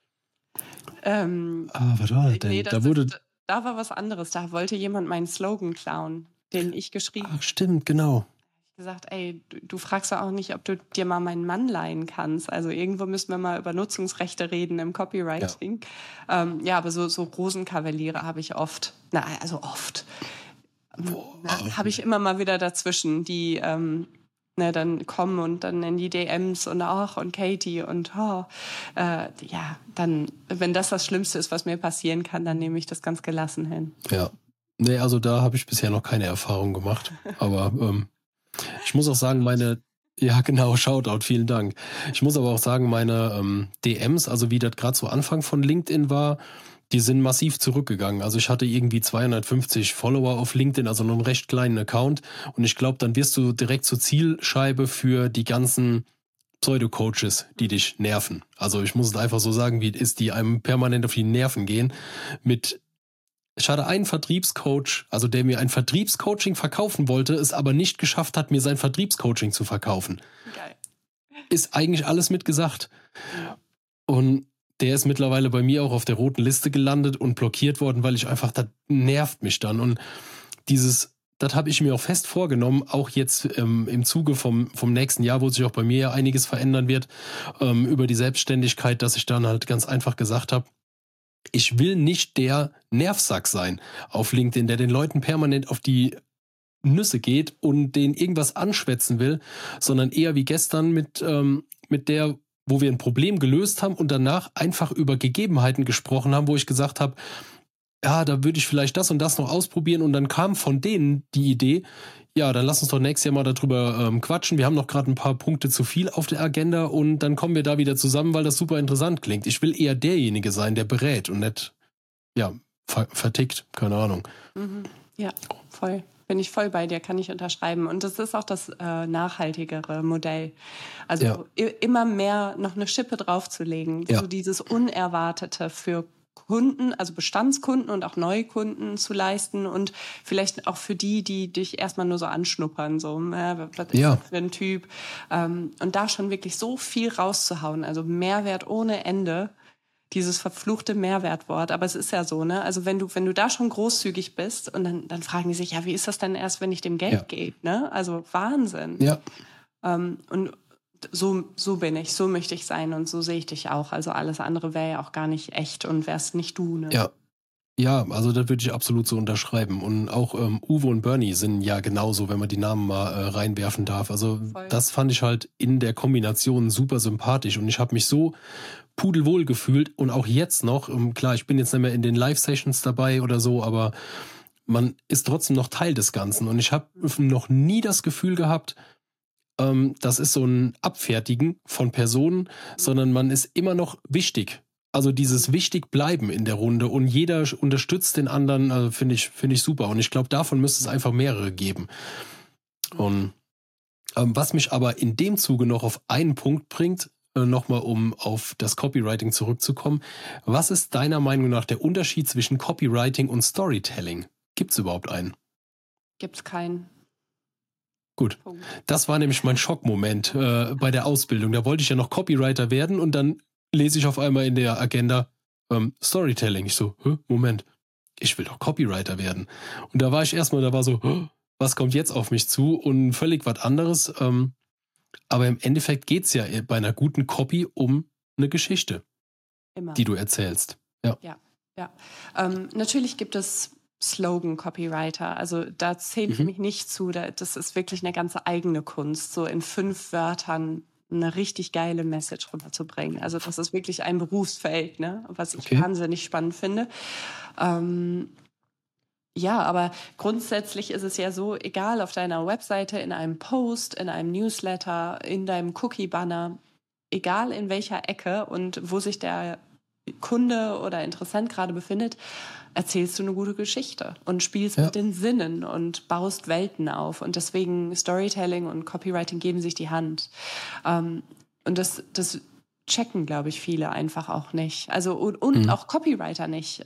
Was war das denn? Nee, da war was anderes. Da wollte jemand meinen Slogan klauen, den ich geschrieben habe. Ach, stimmt, genau. gesagt, ey, du fragst ja auch nicht, ob du dir mal meinen Mann leihen kannst. Also irgendwo müssen wir mal über Nutzungsrechte reden im Copywriting. Ja, aber so Rosenkavaliere habe ich oft. Na, also oft. Habe ich immer mal wieder dazwischen, die dann kommen und dann in die DMs und Katie und dann, wenn das Schlimmste ist, was mir passieren kann, dann nehme ich das ganz gelassen hin. Ja. Nee, also da habe ich bisher noch keine Erfahrung gemacht. Aber ich muss auch sagen, ja genau, Shoutout, vielen Dank. Ich muss aber auch sagen, meine DMs, also wie das gerade so Anfang von LinkedIn war, die sind massiv zurückgegangen. Also ich hatte irgendwie 250 Follower auf LinkedIn, also nur einen recht kleinen Account. Und ich glaube, dann wirst du direkt zur Zielscheibe für die ganzen Pseudo-Coaches, die dich nerven. Also ich muss es einfach so sagen, wie es ist, die einem permanent auf die Nerven gehen. Ich hatte einen Vertriebscoach, also der mir ein Vertriebscoaching verkaufen wollte, es aber nicht geschafft hat, mir sein Vertriebscoaching zu verkaufen. Geil. Ist eigentlich alles mitgesagt. Und der ist mittlerweile bei mir auch auf der roten Liste gelandet und blockiert worden, weil ich einfach, das nervt mich dann. Und das habe ich mir auch fest vorgenommen, auch jetzt im Zuge vom nächsten Jahr, wo sich auch bei mir ja einiges verändern wird, über die Selbstständigkeit, dass ich dann halt ganz einfach gesagt habe, ich will nicht der Nervsack sein auf LinkedIn, der den Leuten permanent auf die Nüsse geht und denen irgendwas anschwätzen will, sondern eher wie gestern mit der, wo wir ein Problem gelöst haben und danach einfach über Gegebenheiten gesprochen haben, wo ich gesagt habe, ja, da würde ich vielleicht das und das noch ausprobieren und dann kam von denen die Idee, ja, dann lass uns doch nächstes Jahr mal darüber quatschen. Wir haben noch gerade ein paar Punkte zu viel auf der Agenda und dann kommen wir da wieder zusammen, weil das super interessant klingt. Ich will eher derjenige sein, der berät und nicht, vertickt, keine Ahnung. Ja, voll. Bin ich voll bei dir, kann ich unterschreiben. Und das ist auch das nachhaltigere Modell. Also immer mehr noch eine Schippe draufzulegen. Ja. So dieses Unerwartete für Kunden, also Bestandskunden und auch Neukunden zu leisten und vielleicht auch für die dich erstmal nur so anschnuppern, so, was ist das für ein Typ? Und da schon wirklich so viel rauszuhauen, also Mehrwert ohne Ende, dieses verfluchte Mehrwertwort, aber es ist ja so, ne? Also wenn du da schon großzügig bist und dann fragen die sich, ja, wie ist das denn erst, wenn ich dem Geld gebe, ne? Also Wahnsinn. Ja. Und so bin ich, so möchte ich sein und so sehe ich dich auch. Also alles andere wäre ja auch gar nicht echt und wärst nicht du, ne? Ja, also das würde ich absolut so unterschreiben. Und auch Uwe und Bernie sind ja genauso, wenn man die Namen mal reinwerfen darf. Also das fand ich halt in der Kombination super sympathisch und ich habe mich so pudelwohl gefühlt und auch jetzt noch, klar, ich bin jetzt nicht mehr in den Live-Sessions dabei oder so, aber man ist trotzdem noch Teil des Ganzen und ich habe noch nie das Gefühl gehabt, das ist so ein Abfertigen von Personen, sondern man ist immer noch wichtig. Also dieses wichtig bleiben in der Runde und jeder unterstützt den anderen, also finde ich super. Und ich glaube, davon müsste es einfach mehrere geben. Und was mich aber in dem Zuge noch auf einen Punkt bringt, nochmal um auf das Copywriting zurückzukommen. Was ist deiner Meinung nach der Unterschied zwischen Copywriting und Storytelling? Gibt es überhaupt einen? Gibt's keinen. Gut, das war nämlich mein Schockmoment bei der Ausbildung. Da wollte ich ja noch Copywriter werden und dann lese ich auf einmal in der Agenda Storytelling. Ich so, Moment, ich will doch Copywriter werden. Und da war ich erstmal, was kommt jetzt auf mich zu? Und völlig was anderes. Aber im Endeffekt geht es ja bei einer guten Copy um eine Geschichte, die du erzählst. Ja. Natürlich gibt es Slogan-Copywriter. Also da zähle ich mich nicht zu. Das ist wirklich eine ganze eigene Kunst, so in 5 Wörtern eine richtig geile Message rüberzubringen. Also das ist wirklich ein Berufsfeld, ne? Was ich wahnsinnig spannend finde. Aber grundsätzlich ist es ja so, egal auf deiner Webseite, in einem Post, in einem Newsletter, in deinem Cookie-Banner, egal in welcher Ecke und wo sich der Kunde oder Interessent gerade befindet, erzählst du eine gute Geschichte und spielst mit den Sinnen und baust Welten auf. Und deswegen Storytelling und Copywriting geben sich die Hand. Und das checken, glaube ich, viele einfach auch nicht. Also und auch Copywriter nicht.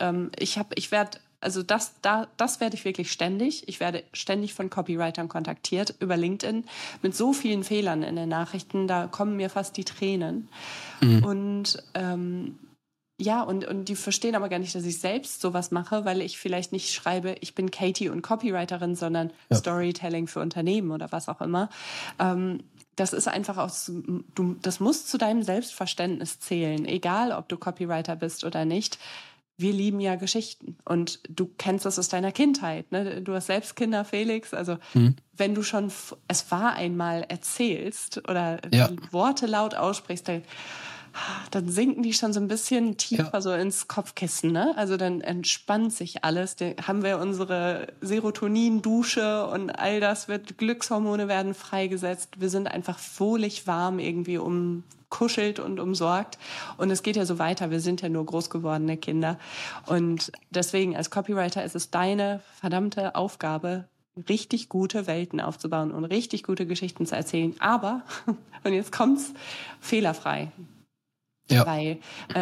Das werde ich wirklich ständig. Ich werde ständig von Copywritern kontaktiert über LinkedIn mit so vielen Fehlern in den Nachrichten. Da kommen mir fast die Tränen. Und Ja, und die verstehen aber gar nicht, dass ich selbst sowas mache, weil ich vielleicht nicht schreibe, ich bin Katie und Copywriterin, sondern Storytelling für Unternehmen oder was auch immer. Das ist einfach das muss zu deinem Selbstverständnis zählen, egal ob du Copywriter bist oder nicht. Wir lieben ja Geschichten und du kennst das aus deiner Kindheit. Ne? Du hast selbst Kinder, Felix. Also wenn du schon es war einmal erzählst oder Worte laut aussprichst, dann sinken die schon so ein bisschen tiefer so ins Kopfkissen. Ne? Also dann entspannt sich alles. Dann haben wir unsere Serotonin-Dusche und all das Glückshormone werden freigesetzt. Wir sind einfach wohlig warm irgendwie umkuschelt und umsorgt. Und es geht ja so weiter. Wir sind ja nur groß gewordene Kinder. Und deswegen als Copywriter ist es deine verdammte Aufgabe, richtig gute Welten aufzubauen und richtig gute Geschichten zu erzählen. Aber, und jetzt kommt's, fehlerfrei. Ja. Weil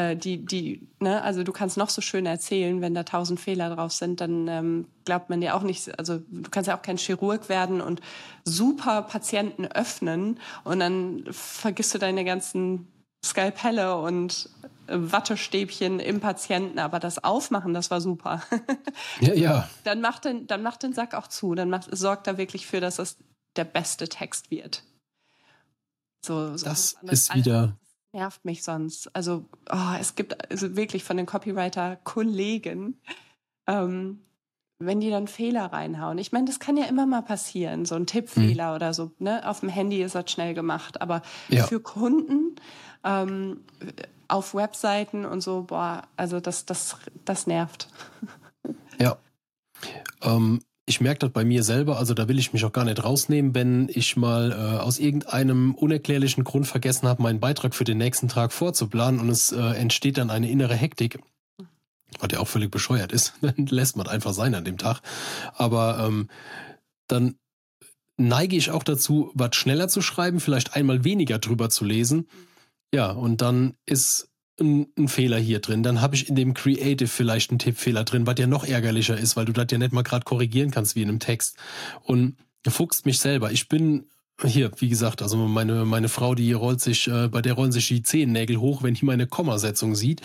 also du kannst noch so schön erzählen, wenn da 1000 Fehler drauf sind, dann glaubt man dir auch nicht, also du kannst ja auch kein Chirurg werden und super Patienten öffnen und dann vergisst du deine ganzen Skalpelle und Wattestäbchen im Patienten, aber das Aufmachen, das war super. Ja. Dann mach den Sack auch zu, sorgt da wirklich für, dass das der beste Text wird. So das ist wieder... nervt mich sonst. Also es gibt also wirklich von den Copywriter-Kollegen, wenn die dann Fehler reinhauen. Ich meine, das kann ja immer mal passieren, so ein Tippfehler oder so. Ne? Auf dem Handy ist das schnell gemacht, aber für Kunden auf Webseiten und so, also das nervt. Ja. Ich merke das bei mir selber, also da will ich mich auch gar nicht rausnehmen, wenn ich mal aus irgendeinem unerklärlichen Grund vergessen habe, meinen Beitrag für den nächsten Tag vorzuplanen und es entsteht dann eine innere Hektik, was ja auch völlig bescheuert ist, dann lässt man einfach sein an dem Tag. Aber dann neige ich auch dazu, was schneller zu schreiben, vielleicht einmal weniger drüber zu lesen. Ja, und dann ist ein Fehler hier drin. Dann habe ich in dem Creative vielleicht einen Tippfehler drin, was ja noch ärgerlicher ist, weil du das ja nicht mal gerade korrigieren kannst wie in einem Text. Und fuchst mich selber. Ich bin hier, wie gesagt, also meine Frau, bei der rollen sich die Zehennägel hoch, wenn die meine Kommasetzung sieht.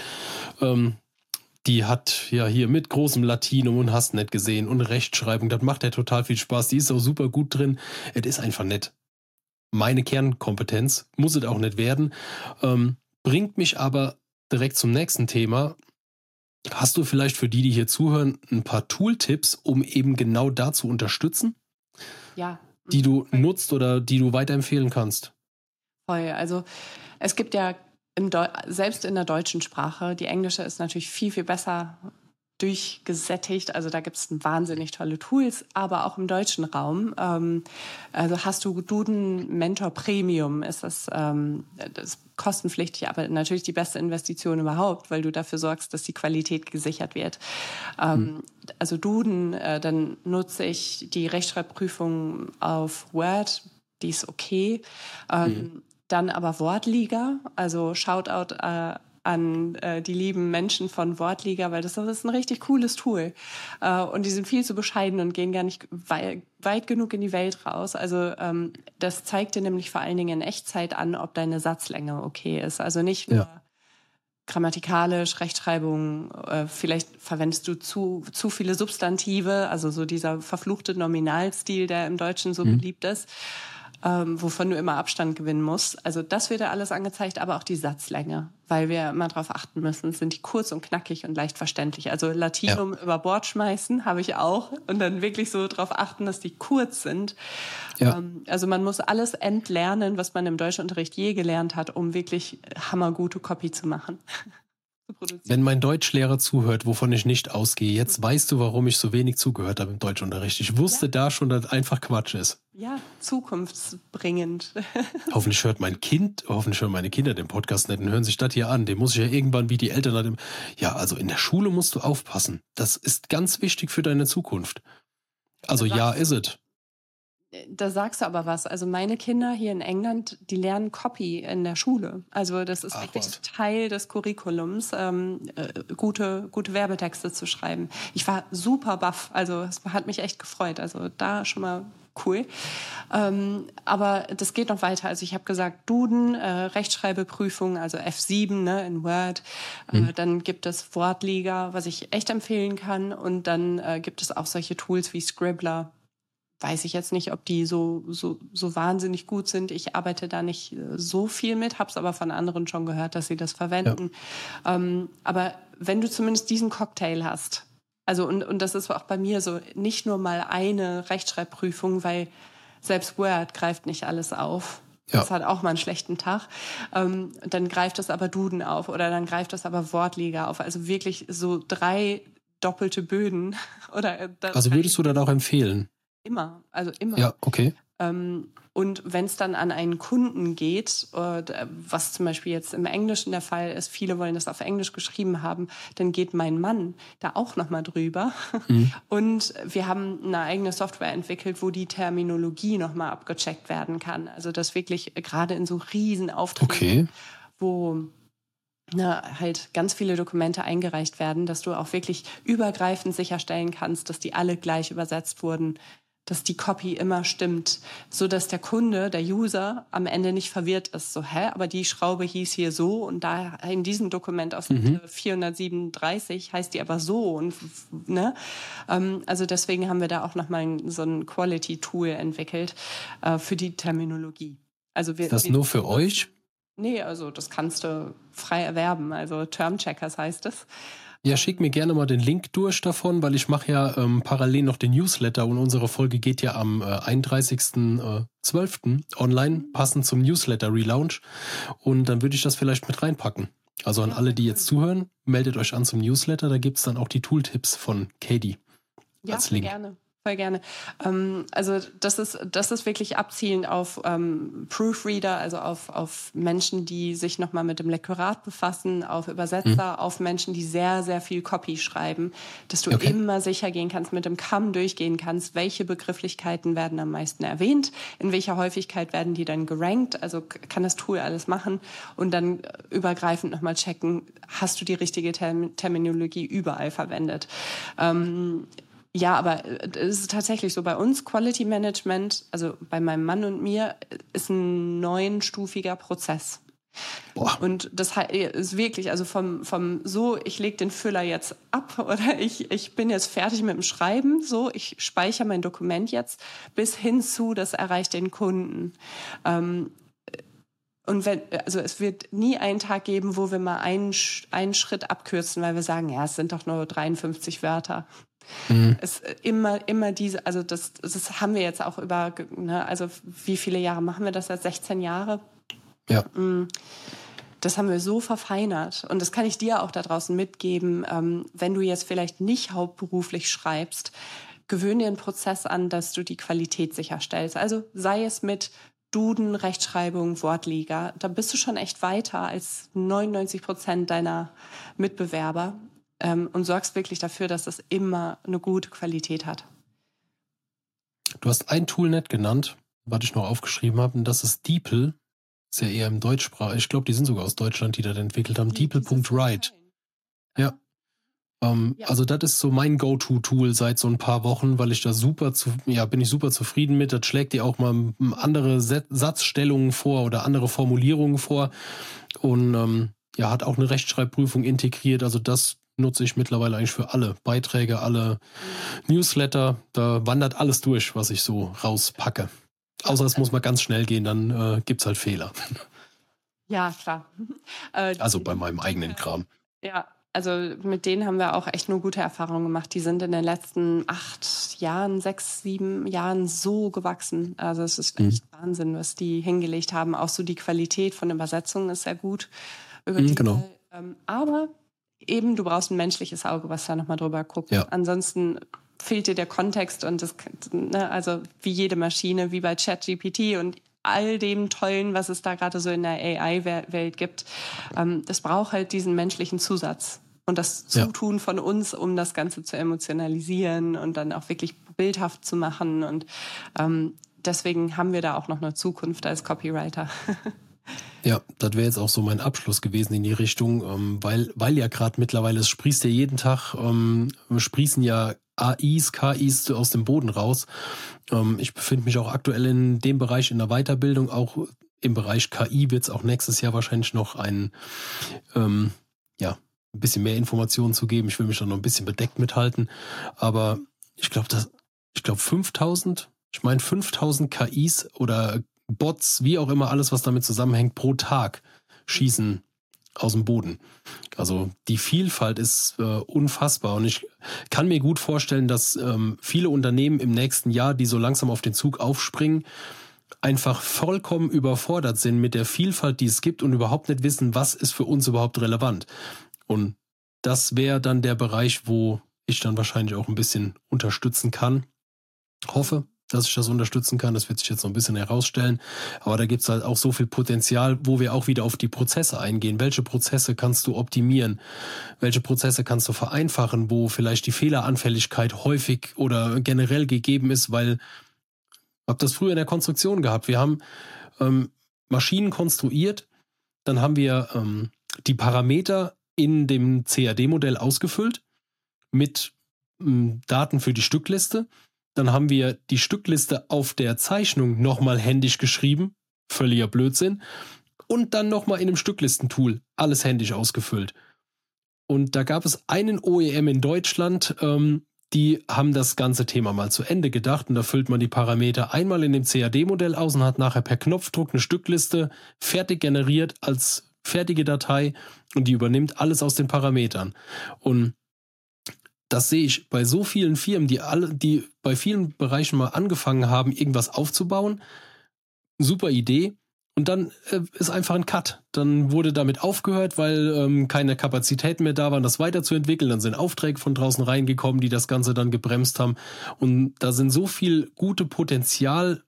Die hat ja hier mit großem Latinum und hast nicht gesehen und Rechtschreibung, das macht ja total viel Spaß. Die ist auch super gut drin. Es ist einfach nett. Meine Kernkompetenz muss es auch nicht werden. Bringt mich aber direkt zum nächsten Thema. Hast du vielleicht für die hier zuhören, ein paar Tooltips, um eben genau da zu unterstützen? Ja. Die du nutzt oder die du weiterempfehlen kannst? Voll. Also es gibt ja selbst in der deutschen Sprache, die englische ist natürlich viel, viel besser durchgesättigt. Also da gibt es wahnsinnig tolle Tools, aber auch im deutschen Raum. Also hast du Duden Mentor Premium, ist das ist kostenpflichtig, aber natürlich die beste Investition überhaupt, weil du dafür sorgst, dass die Qualität gesichert wird. Also Duden, dann nutze ich die Rechtschreibprüfung auf Word, die ist okay. Dann aber Wortliga, also Shoutout an die lieben Menschen von Wortliga, weil das ist ein richtig cooles Tool. Und die sind viel zu bescheiden und gehen gar nicht weit genug in die Welt raus. Also das zeigt dir nämlich vor allen Dingen in Echtzeit an, ob deine Satzlänge okay ist. Also nicht nur grammatikalisch, Rechtschreibung, vielleicht verwendest du zu viele Substantive, also so dieser verfluchte Nominalstil, der im Deutschen so beliebt ist. Wovon du immer Abstand gewinnen musst. Also das wird ja alles angezeigt, aber auch die Satzlänge, weil wir immer darauf achten müssen, sind die kurz und knackig und leicht verständlich. Also Latinum über Bord schmeißen habe ich auch und dann wirklich so darauf achten, dass die kurz sind. Ja. Also man muss alles entlernen, was man im Deutschunterricht je gelernt hat, um wirklich hammergute Copy zu machen. Wenn mein Deutschlehrer zuhört, wovon ich nicht ausgehe, jetzt weißt du, warum ich so wenig zugehört habe im Deutschunterricht. Ich wusste da schon, dass einfach Quatsch ist. Ja, zukunftsbringend. Hoffentlich hört meine Kinder den Podcast nicht und hören sich das hier an. Den muss ich ja irgendwann wie die Eltern ja, also in der Schule musst du aufpassen. Das ist ganz wichtig für deine Zukunft. Also ja, ist es. Da sagst du aber was. Also meine Kinder hier in England, die lernen Copy in der Schule. Also das ist wirklich Teil des Curriculums, gute Werbetexte zu schreiben. Ich war super baff. Also es hat mich echt gefreut. Also da schon mal cool. Aber das geht noch weiter. Also ich habe gesagt, Duden, Rechtschreibeprüfung, also F7, ne, in Word. Dann gibt es Wortliga, was ich echt empfehlen kann. Und dann gibt es auch solche Tools wie Scribbler. Weiß ich jetzt nicht, ob die so wahnsinnig gut sind. Ich arbeite da nicht so viel mit, habe es aber von anderen schon gehört, dass sie das verwenden. Ja. Aber wenn du zumindest diesen Cocktail hast, also und das ist auch bei mir so, nicht nur mal eine Rechtschreibprüfung, weil selbst Word greift nicht alles auf. Ja. Das hat auch mal einen schlechten Tag. Dann greift das aber Duden auf oder dann greift das aber Wortliga auf. Also wirklich so 3 doppelte Böden. Also würdest du das auch empfehlen? Immer, also immer. Ja, okay. Und wenn es dann an einen Kunden geht, was zum Beispiel jetzt im Englischen der Fall ist, viele wollen das auf Englisch geschrieben haben, dann geht mein Mann da auch nochmal drüber. Und wir haben eine eigene Software entwickelt, wo die Terminologie nochmal abgecheckt werden kann. Also das wirklich gerade in so Riesenaufträgen, wo halt ganz viele Dokumente eingereicht werden, dass du auch wirklich übergreifend sicherstellen kannst, dass die alle gleich übersetzt wurden, dass die Copy immer stimmt, so dass der Kunde, der User am Ende nicht verwirrt ist. So, aber die Schraube hieß hier so und da in diesem Dokument auf Seite 437 heißt die aber so. Und, ne? Also deswegen haben wir da auch nochmal so ein Quality-Tool entwickelt für die Terminologie. Also ist das nur für euch? Nee, also das kannst du frei erwerben. Also Term-Checkers heißt es. Ja, schick mir gerne mal den Link durch davon, weil ich mache ja parallel noch den Newsletter und unsere Folge geht ja am 31.12. online, passend zum Newsletter-Relaunch. Und dann würde ich das vielleicht mit reinpacken. Also an alle, die jetzt zuhören, meldet euch an zum Newsletter, da gibt es dann auch die Tooltips von Katie als Link. Gerne. Voll gerne. Also das ist wirklich abzielend auf Proofreader, also auf Menschen, die sich nochmal mit dem Lektorat befassen, auf Übersetzer, auf Menschen, die sehr, sehr viel Copy schreiben, dass du immer sicher gehen kannst, mit dem Kamm durchgehen kannst, welche Begrifflichkeiten werden am meisten erwähnt, in welcher Häufigkeit werden die dann gerankt, also kann das Tool alles machen und dann übergreifend nochmal checken, hast du die richtige Terminologie überall verwendet. Ja, aber es ist tatsächlich so, bei uns Quality Management, also bei meinem Mann und mir, ist ein 9-stufiger Prozess. Boah. Und das ist wirklich, also vom so, ich lege den Füller jetzt ab oder ich bin jetzt fertig mit dem Schreiben, so, ich speichere mein Dokument jetzt, bis hin zu, das erreicht den Kunden. Und also es wird nie einen Tag geben, wo wir mal einen Schritt abkürzen, weil wir sagen, ja, es sind doch nur 53 Wörter. Es immer diese, also das haben wir jetzt auch über, ne, also wie viele Jahre machen wir das jetzt? 16 Jahre? Ja. Das haben wir so verfeinert. Und das kann ich dir auch da draußen mitgeben, wenn du jetzt vielleicht nicht hauptberuflich schreibst, gewöhn dir einen Prozess an, dass du die Qualität sicherstellst. Also sei es mit Duden, Rechtschreibung, Wortliga, da bist du schon echt weiter als 99% deiner Mitbewerber. Und sorgst wirklich dafür, dass es immer eine gute Qualität hat. Du hast ein Tool nicht genannt, was ich noch aufgeschrieben habe, und das ist DeepL. Ist ja eher im Deutschsprach. Ich glaube, die sind sogar aus Deutschland, die das entwickelt haben. DeepL.write. Ja. Also das ist so mein Go-To-Tool seit so ein paar Wochen, weil ich da bin ich super zufrieden mit. Das schlägt dir auch mal andere Satzstellungen vor oder andere Formulierungen vor und hat auch eine Rechtschreibprüfung integriert. Also das nutze ich mittlerweile eigentlich für alle Beiträge, alle Newsletter. Da wandert alles durch, was ich so rauspacke. Außer es muss mal ganz schnell gehen, dann gibt es halt Fehler. Ja, klar. Also bei meinem eigenen Kram. Ja, also mit denen haben wir auch echt nur gute Erfahrungen gemacht. Die sind in den letzten 6, 7 Jahren so gewachsen. Also es ist echt Wahnsinn, was die hingelegt haben. Auch so die Qualität von Übersetzungen ist sehr gut. Genau. Aber eben, du brauchst ein menschliches Auge, was da nochmal drüber guckt. Ja. Ansonsten fehlt dir der Kontext und das, ne, also wie jede Maschine, wie bei ChatGPT und all dem Tollen, was es da gerade so in der AI-Welt gibt. Das braucht halt diesen menschlichen Zusatz und das Zutun von uns, um das Ganze zu emotionalisieren und dann auch wirklich bildhaft zu machen. Und deswegen haben wir da auch noch eine Zukunft als Copywriter. Ja, das wäre jetzt auch so mein Abschluss gewesen in die Richtung, weil ja gerade mittlerweile, es sprießt ja jeden Tag, sprießen ja AIs, KIs aus dem Boden raus. Ich befinde mich auch aktuell in dem Bereich in der Weiterbildung. Auch im Bereich KI wird es auch nächstes Jahr wahrscheinlich noch ein bisschen mehr Informationen zu geben. Ich will mich da noch ein bisschen bedeckt mithalten. Aber ich glaube 5000 KIs oder Bots, wie auch immer, alles, was damit zusammenhängt, pro Tag schießen aus dem Boden. Also die Vielfalt ist unfassbar und ich kann mir gut vorstellen, dass viele Unternehmen im nächsten Jahr, die so langsam auf den Zug aufspringen, einfach vollkommen überfordert sind mit der Vielfalt, die es gibt und überhaupt nicht wissen, was ist für uns überhaupt relevant. Und das wäre dann der Bereich, wo ich dann wahrscheinlich auch ein bisschen unterstützen kann. Hoffe, dass ich das unterstützen kann. Das wird sich jetzt noch ein bisschen herausstellen. Aber da gibt es halt auch so viel Potenzial, wo wir auch wieder auf die Prozesse eingehen. Welche Prozesse kannst du optimieren? Welche Prozesse kannst du vereinfachen, wo vielleicht die Fehleranfälligkeit häufig oder generell gegeben ist, weil ich habe das früher in der Konstruktion gehabt. Wir haben Maschinen konstruiert, dann haben wir die Parameter in dem CAD-Modell ausgefüllt mit Daten für die Stückliste. Dann haben wir die Stückliste auf der Zeichnung nochmal händisch geschrieben. Völliger Blödsinn. Und dann nochmal in einem Stücklistentool alles händisch ausgefüllt. Und da gab es einen OEM in Deutschland, die haben das ganze Thema mal zu Ende gedacht. Und da füllt man die Parameter einmal in dem CAD-Modell aus und hat nachher per Knopfdruck eine Stückliste fertig generiert als fertige Datei. Und die übernimmt alles aus den Parametern. Und das sehe ich bei so vielen Firmen, die bei vielen Bereichen mal angefangen haben, irgendwas aufzubauen. Super Idee. Und dann ist einfach ein Cut. Dann wurde damit aufgehört, weil keine Kapazitäten mehr da waren, das weiterzuentwickeln. Dann sind Aufträge von draußen reingekommen, die das Ganze dann gebremst haben. Und da sind so viel gute Potenzialpunkte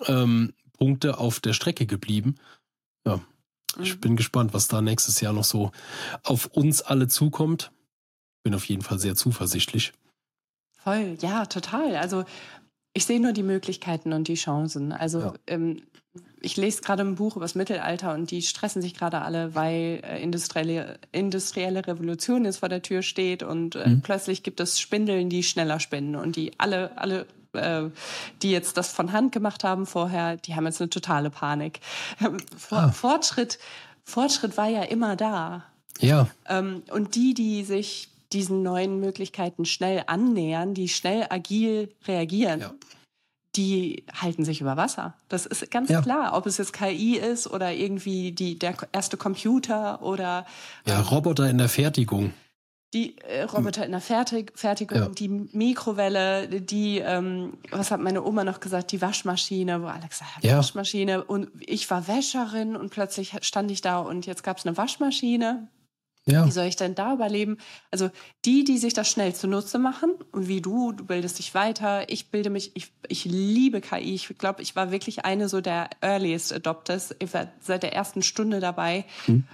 auf der Strecke geblieben. Ja, ich bin gespannt, was da nächstes Jahr noch so auf uns alle zukommt. Bin auf jeden Fall sehr zuversichtlich. Voll, ja, total. Also ich sehe nur die Möglichkeiten und die Chancen. Also ich lese gerade ein Buch über das Mittelalter und die stressen sich gerade alle, weil industrielle Revolution jetzt vor der Tür steht und plötzlich gibt es Spindeln, die schneller spinnen und die alle die jetzt das von Hand gemacht haben vorher, die haben jetzt eine totale Panik. Fortschritt war ja immer da. Ja. Und die sich diesen neuen Möglichkeiten schnell annähern, die schnell agil reagieren, die halten sich über Wasser. Das ist ganz klar, ob es jetzt KI ist oder irgendwie der erste Computer oder Roboter in der Fertigung. Die Roboter in der Fertigung, die Mikrowelle, was hat meine Oma noch gesagt, die Waschmaschine, wo alle gesagt haben, Waschmaschine. Und ich war Wäscherin und plötzlich stand ich da und jetzt gab es eine Waschmaschine. Ja. Wie soll ich denn da überleben? Also die sich das schnell zunutze machen und wie du bildest dich weiter, ich bilde mich, ich liebe KI. Ich glaube, ich war wirklich eine so der Earliest Adopters. Ich war seit der ersten Stunde dabei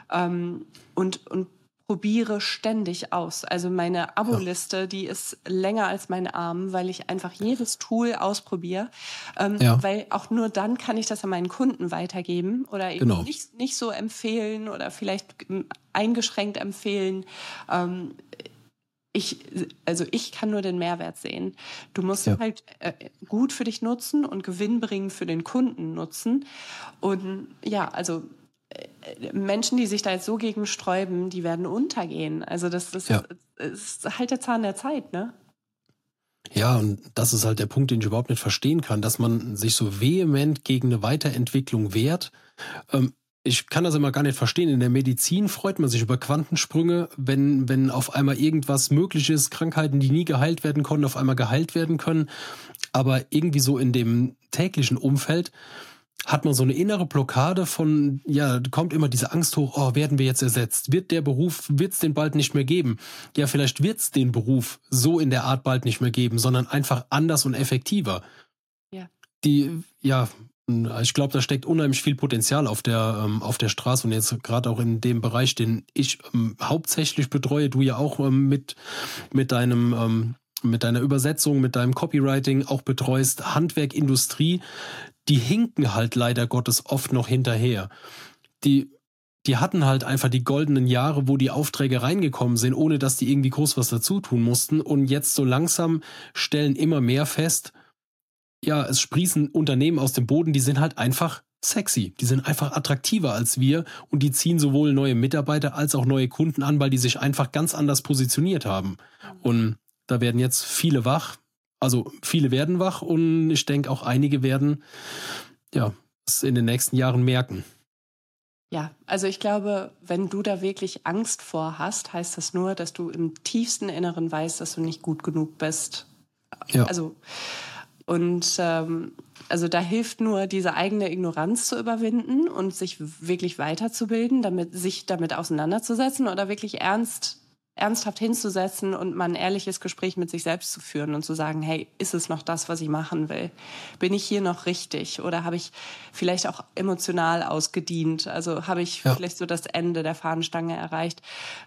und probiere ständig aus. Also meine Abo-Liste, die ist länger als mein Arm, weil ich einfach jedes Tool ausprobiere. Weil auch nur dann kann ich das an meinen Kunden weitergeben oder eben nicht so empfehlen oder vielleicht eingeschränkt empfehlen. Ich kann nur den Mehrwert sehen. Du musst halt gut für dich nutzen und gewinnbringend für den Kunden nutzen. Und Menschen, die sich da jetzt so gegen sträuben, die werden untergehen. Also das ist halt der Zahn der Zeit, ne? Ja, und das ist halt der Punkt, den ich überhaupt nicht verstehen kann, dass man sich so vehement gegen eine Weiterentwicklung wehrt. Ich kann das immer gar nicht verstehen. In der Medizin freut man sich über Quantensprünge, wenn auf einmal irgendwas möglich ist, Krankheiten, die nie geheilt werden konnten, auf einmal geheilt werden können. Aber irgendwie so in dem täglichen Umfeld hat man so eine innere Blockade von, kommt immer diese Angst hoch, werden wir jetzt ersetzt? Wird es den bald nicht mehr geben? Ja, vielleicht wird es den Beruf so in der Art bald nicht mehr geben, sondern einfach anders und effektiver. Ja. Ich glaube, da steckt unheimlich viel Potenzial auf der Straße und jetzt gerade auch in dem Bereich, den ich hauptsächlich betreue, du ja auch mit deiner Übersetzung, mit deinem Copywriting auch betreust, Handwerk, Industrie, die hinken halt leider Gottes oft noch hinterher. Die die hatten halt einfach die goldenen Jahre, wo die Aufträge reingekommen sind, ohne dass die irgendwie groß was dazu tun mussten. Und jetzt so langsam stellen immer mehr fest, ja, es sprießen Unternehmen aus dem Boden, die sind halt einfach sexy. Die sind einfach attraktiver als wir und die ziehen sowohl neue Mitarbeiter als auch neue Kunden an, weil die sich einfach ganz anders positioniert haben. Und da werden jetzt viele wach. Also viele werden wach und ich denke auch einige werden es in den nächsten Jahren merken. Ja, also ich glaube, wenn du da wirklich Angst vor hast, heißt das nur, dass du im tiefsten Inneren weißt, dass du nicht gut genug bist. Ja. Also da hilft nur, diese eigene Ignoranz zu überwinden und sich wirklich weiterzubilden, sich damit auseinanderzusetzen oder wirklich ernsthaft hinzusetzen und mal ein ehrliches Gespräch mit sich selbst zu führen und zu sagen, hey, ist es noch das, was ich machen will? Bin ich hier noch richtig? Oder habe ich vielleicht auch emotional ausgedient? Also habe ich vielleicht so das Ende der Fahnenstange erreicht?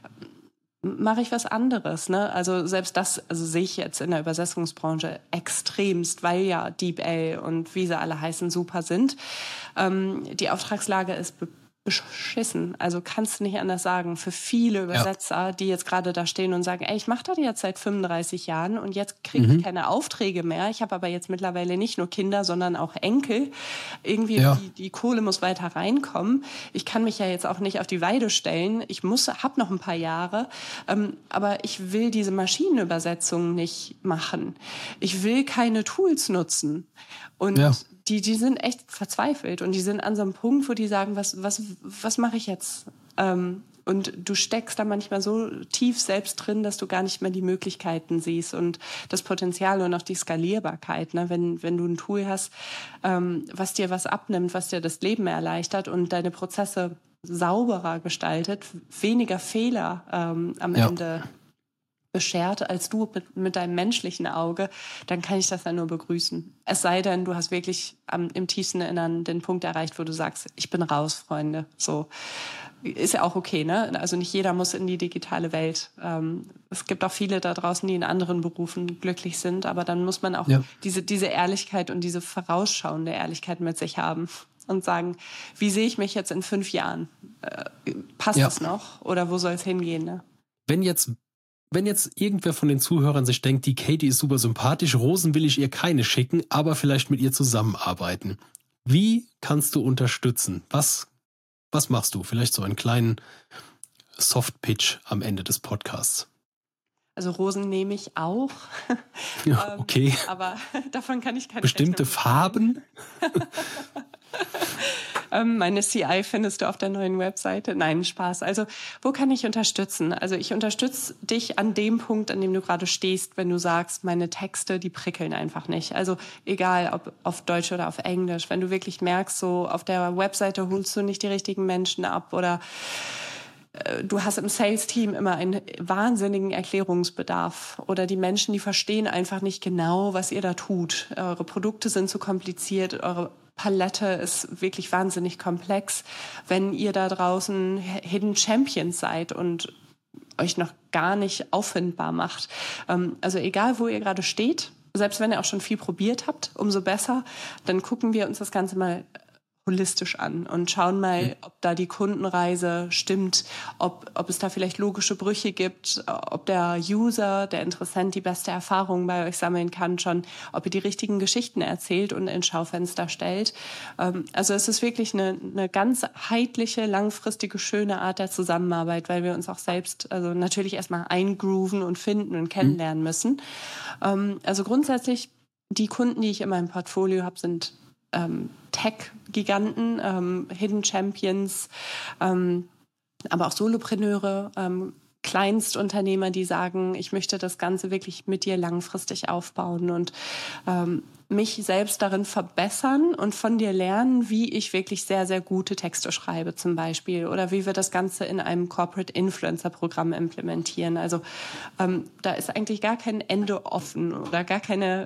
Mache ich was anderes, ne? Also selbst das, sehe ich jetzt in der Übersetzungsbranche extremst, weil ja DeepL und wie sie alle heißen super sind. Die Auftragslage ist beschissen. Also kannst du nicht anders sagen. Für viele Übersetzer, die jetzt gerade da stehen und sagen, ey, ich mache das jetzt seit 35 Jahren und jetzt kriege ich keine Aufträge mehr. Ich habe aber jetzt mittlerweile nicht nur Kinder, sondern auch Enkel. Irgendwie die Kohle muss weiter reinkommen. Ich kann mich ja jetzt auch nicht auf die Weide stellen. Ich habe noch ein paar Jahre. Aber ich will diese Maschinenübersetzung nicht machen. Ich will keine Tools nutzen. Und die sind echt verzweifelt und die sind an so einem Punkt, wo die sagen, was mache ich jetzt? Und du steckst da manchmal so tief selbst drin, dass du gar nicht mehr die Möglichkeiten siehst und das Potenzial und auch die Skalierbarkeit. Ne? Wenn du ein Tool hast, was dir was abnimmt, was dir das Leben erleichtert und deine Prozesse sauberer gestaltet, weniger Fehler am Ende beschert als du mit deinem menschlichen Auge, dann kann ich das ja nur begrüßen. Es sei denn, du hast wirklich im tiefsten Innern den Punkt erreicht, wo du sagst, ich bin raus, Freunde. So ist ja auch okay, ne? Also nicht jeder muss in die digitale Welt. Es gibt auch viele da draußen, die in anderen Berufen glücklich sind, aber dann muss man auch diese Ehrlichkeit und diese vorausschauende Ehrlichkeit mit sich haben und sagen, wie sehe ich mich jetzt in 5 Jahren? Passt es noch? Oder wo soll es hingehen? Ne? Wenn jetzt irgendwer von den Zuhörern sich denkt, die Katie ist super sympathisch, Rosen will ich ihr keine schicken, aber vielleicht mit ihr zusammenarbeiten. Wie kannst du unterstützen? Was machst du? Vielleicht so einen kleinen Soft-Pitch am Ende des Podcasts. Also Rosen nehme ich auch. Ja, okay. Aber davon kann ich keine bestimmte Farben? Meine CI findest du auf der neuen Webseite. Nein, Spaß. Also wo kann ich unterstützen? Also ich unterstütze dich an dem Punkt, an dem du gerade stehst, wenn du sagst, meine Texte, die prickeln einfach nicht. Also egal, ob auf Deutsch oder auf Englisch. Wenn du wirklich merkst, so auf der Webseite holst du nicht die richtigen Menschen ab oder du hast im Sales-Team immer einen wahnsinnigen Erklärungsbedarf oder die Menschen, die verstehen einfach nicht genau, was ihr da tut. Eure Produkte sind zu kompliziert, eure Palette ist wirklich wahnsinnig komplex. Wenn ihr da draußen Hidden Champions seid und euch noch gar nicht auffindbar macht, also egal, wo ihr gerade steht, selbst wenn ihr auch schon viel probiert habt, umso besser, dann gucken wir uns das Ganze mal holistisch an und schauen mal, ob da die Kundenreise stimmt, ob es da vielleicht logische Brüche gibt, ob der User, der Interessent die beste Erfahrung bei euch sammeln kann schon, ob ihr die richtigen Geschichten erzählt und ins Schaufenster stellt. Also es ist wirklich eine ganzheitliche, langfristige, schöne Art der Zusammenarbeit, weil wir uns auch selbst also natürlich erstmal eingrooven und finden und kennenlernen müssen. Also grundsätzlich, die Kunden, die ich in meinem Portfolio habe, sind Tech-Giganten, Hidden Champions, aber auch Solopreneure, Kleinstunternehmer, die sagen, ich möchte das Ganze wirklich mit dir langfristig aufbauen und mich selbst darin verbessern und von dir lernen, wie ich wirklich sehr, sehr gute Texte schreibe zum Beispiel oder wie wir das Ganze in einem Corporate Influencer Programm implementieren. Also da ist eigentlich gar kein Ende offen oder gar keine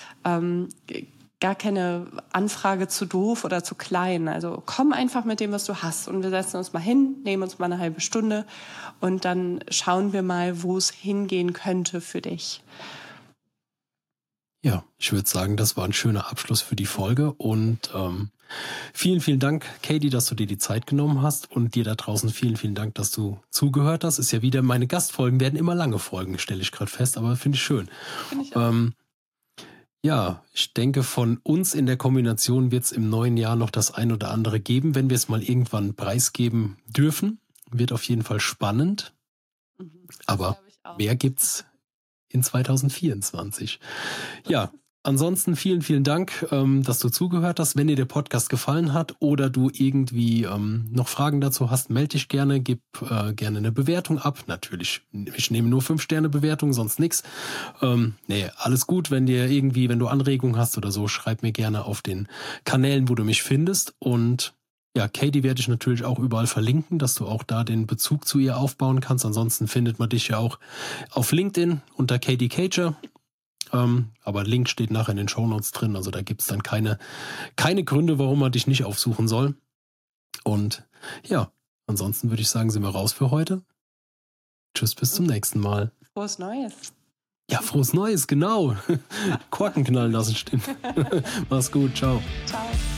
Anfrage zu doof oder zu klein. Also komm einfach mit dem, was du hast und wir setzen uns mal hin, nehmen uns mal eine halbe Stunde und dann schauen wir mal, wo es hingehen könnte für dich. Ja, ich würde sagen, das war ein schöner Abschluss für die Folge und Vielen, vielen Dank, Katie, dass du dir die Zeit genommen hast und dir da draußen vielen, vielen Dank, dass du zugehört hast. Ist ja wieder, meine Gastfolgen werden immer lange Folgen, stelle ich gerade fest, aber finde ich schön. Finde ich auch. Ja, ich denke, von uns in der Kombination wird es im neuen Jahr noch das ein oder andere geben, wenn wir es mal irgendwann preisgeben dürfen. Wird auf jeden Fall spannend. Aber mehr gibt's in 2024. Ja, ansonsten vielen, vielen Dank, dass du zugehört hast. Wenn dir der Podcast gefallen hat oder du irgendwie noch Fragen dazu hast, melde dich gerne, gib gerne eine Bewertung ab. Natürlich, ich nehme nur 5-Sterne-Bewertung, sonst nichts. Nee, alles gut, wenn du Anregungen hast oder so, schreib mir gerne auf den Kanälen, wo du mich findest. Und ja, Katie werde ich natürlich auch überall verlinken, dass du auch da den Bezug zu ihr aufbauen kannst. Ansonsten findet man dich ja auch auf LinkedIn unter Katie Cager. Aber Link steht nachher in den Shownotes drin. Also da gibt es dann keine Gründe, warum man dich nicht aufsuchen soll. Und ja, ansonsten würde ich sagen, sind wir raus für heute. Tschüss, bis zum nächsten Mal. Frohes Neues. Ja, frohes Neues, genau. Korken knallen lassen, stimmt. Mach's gut, ciao. Ciao.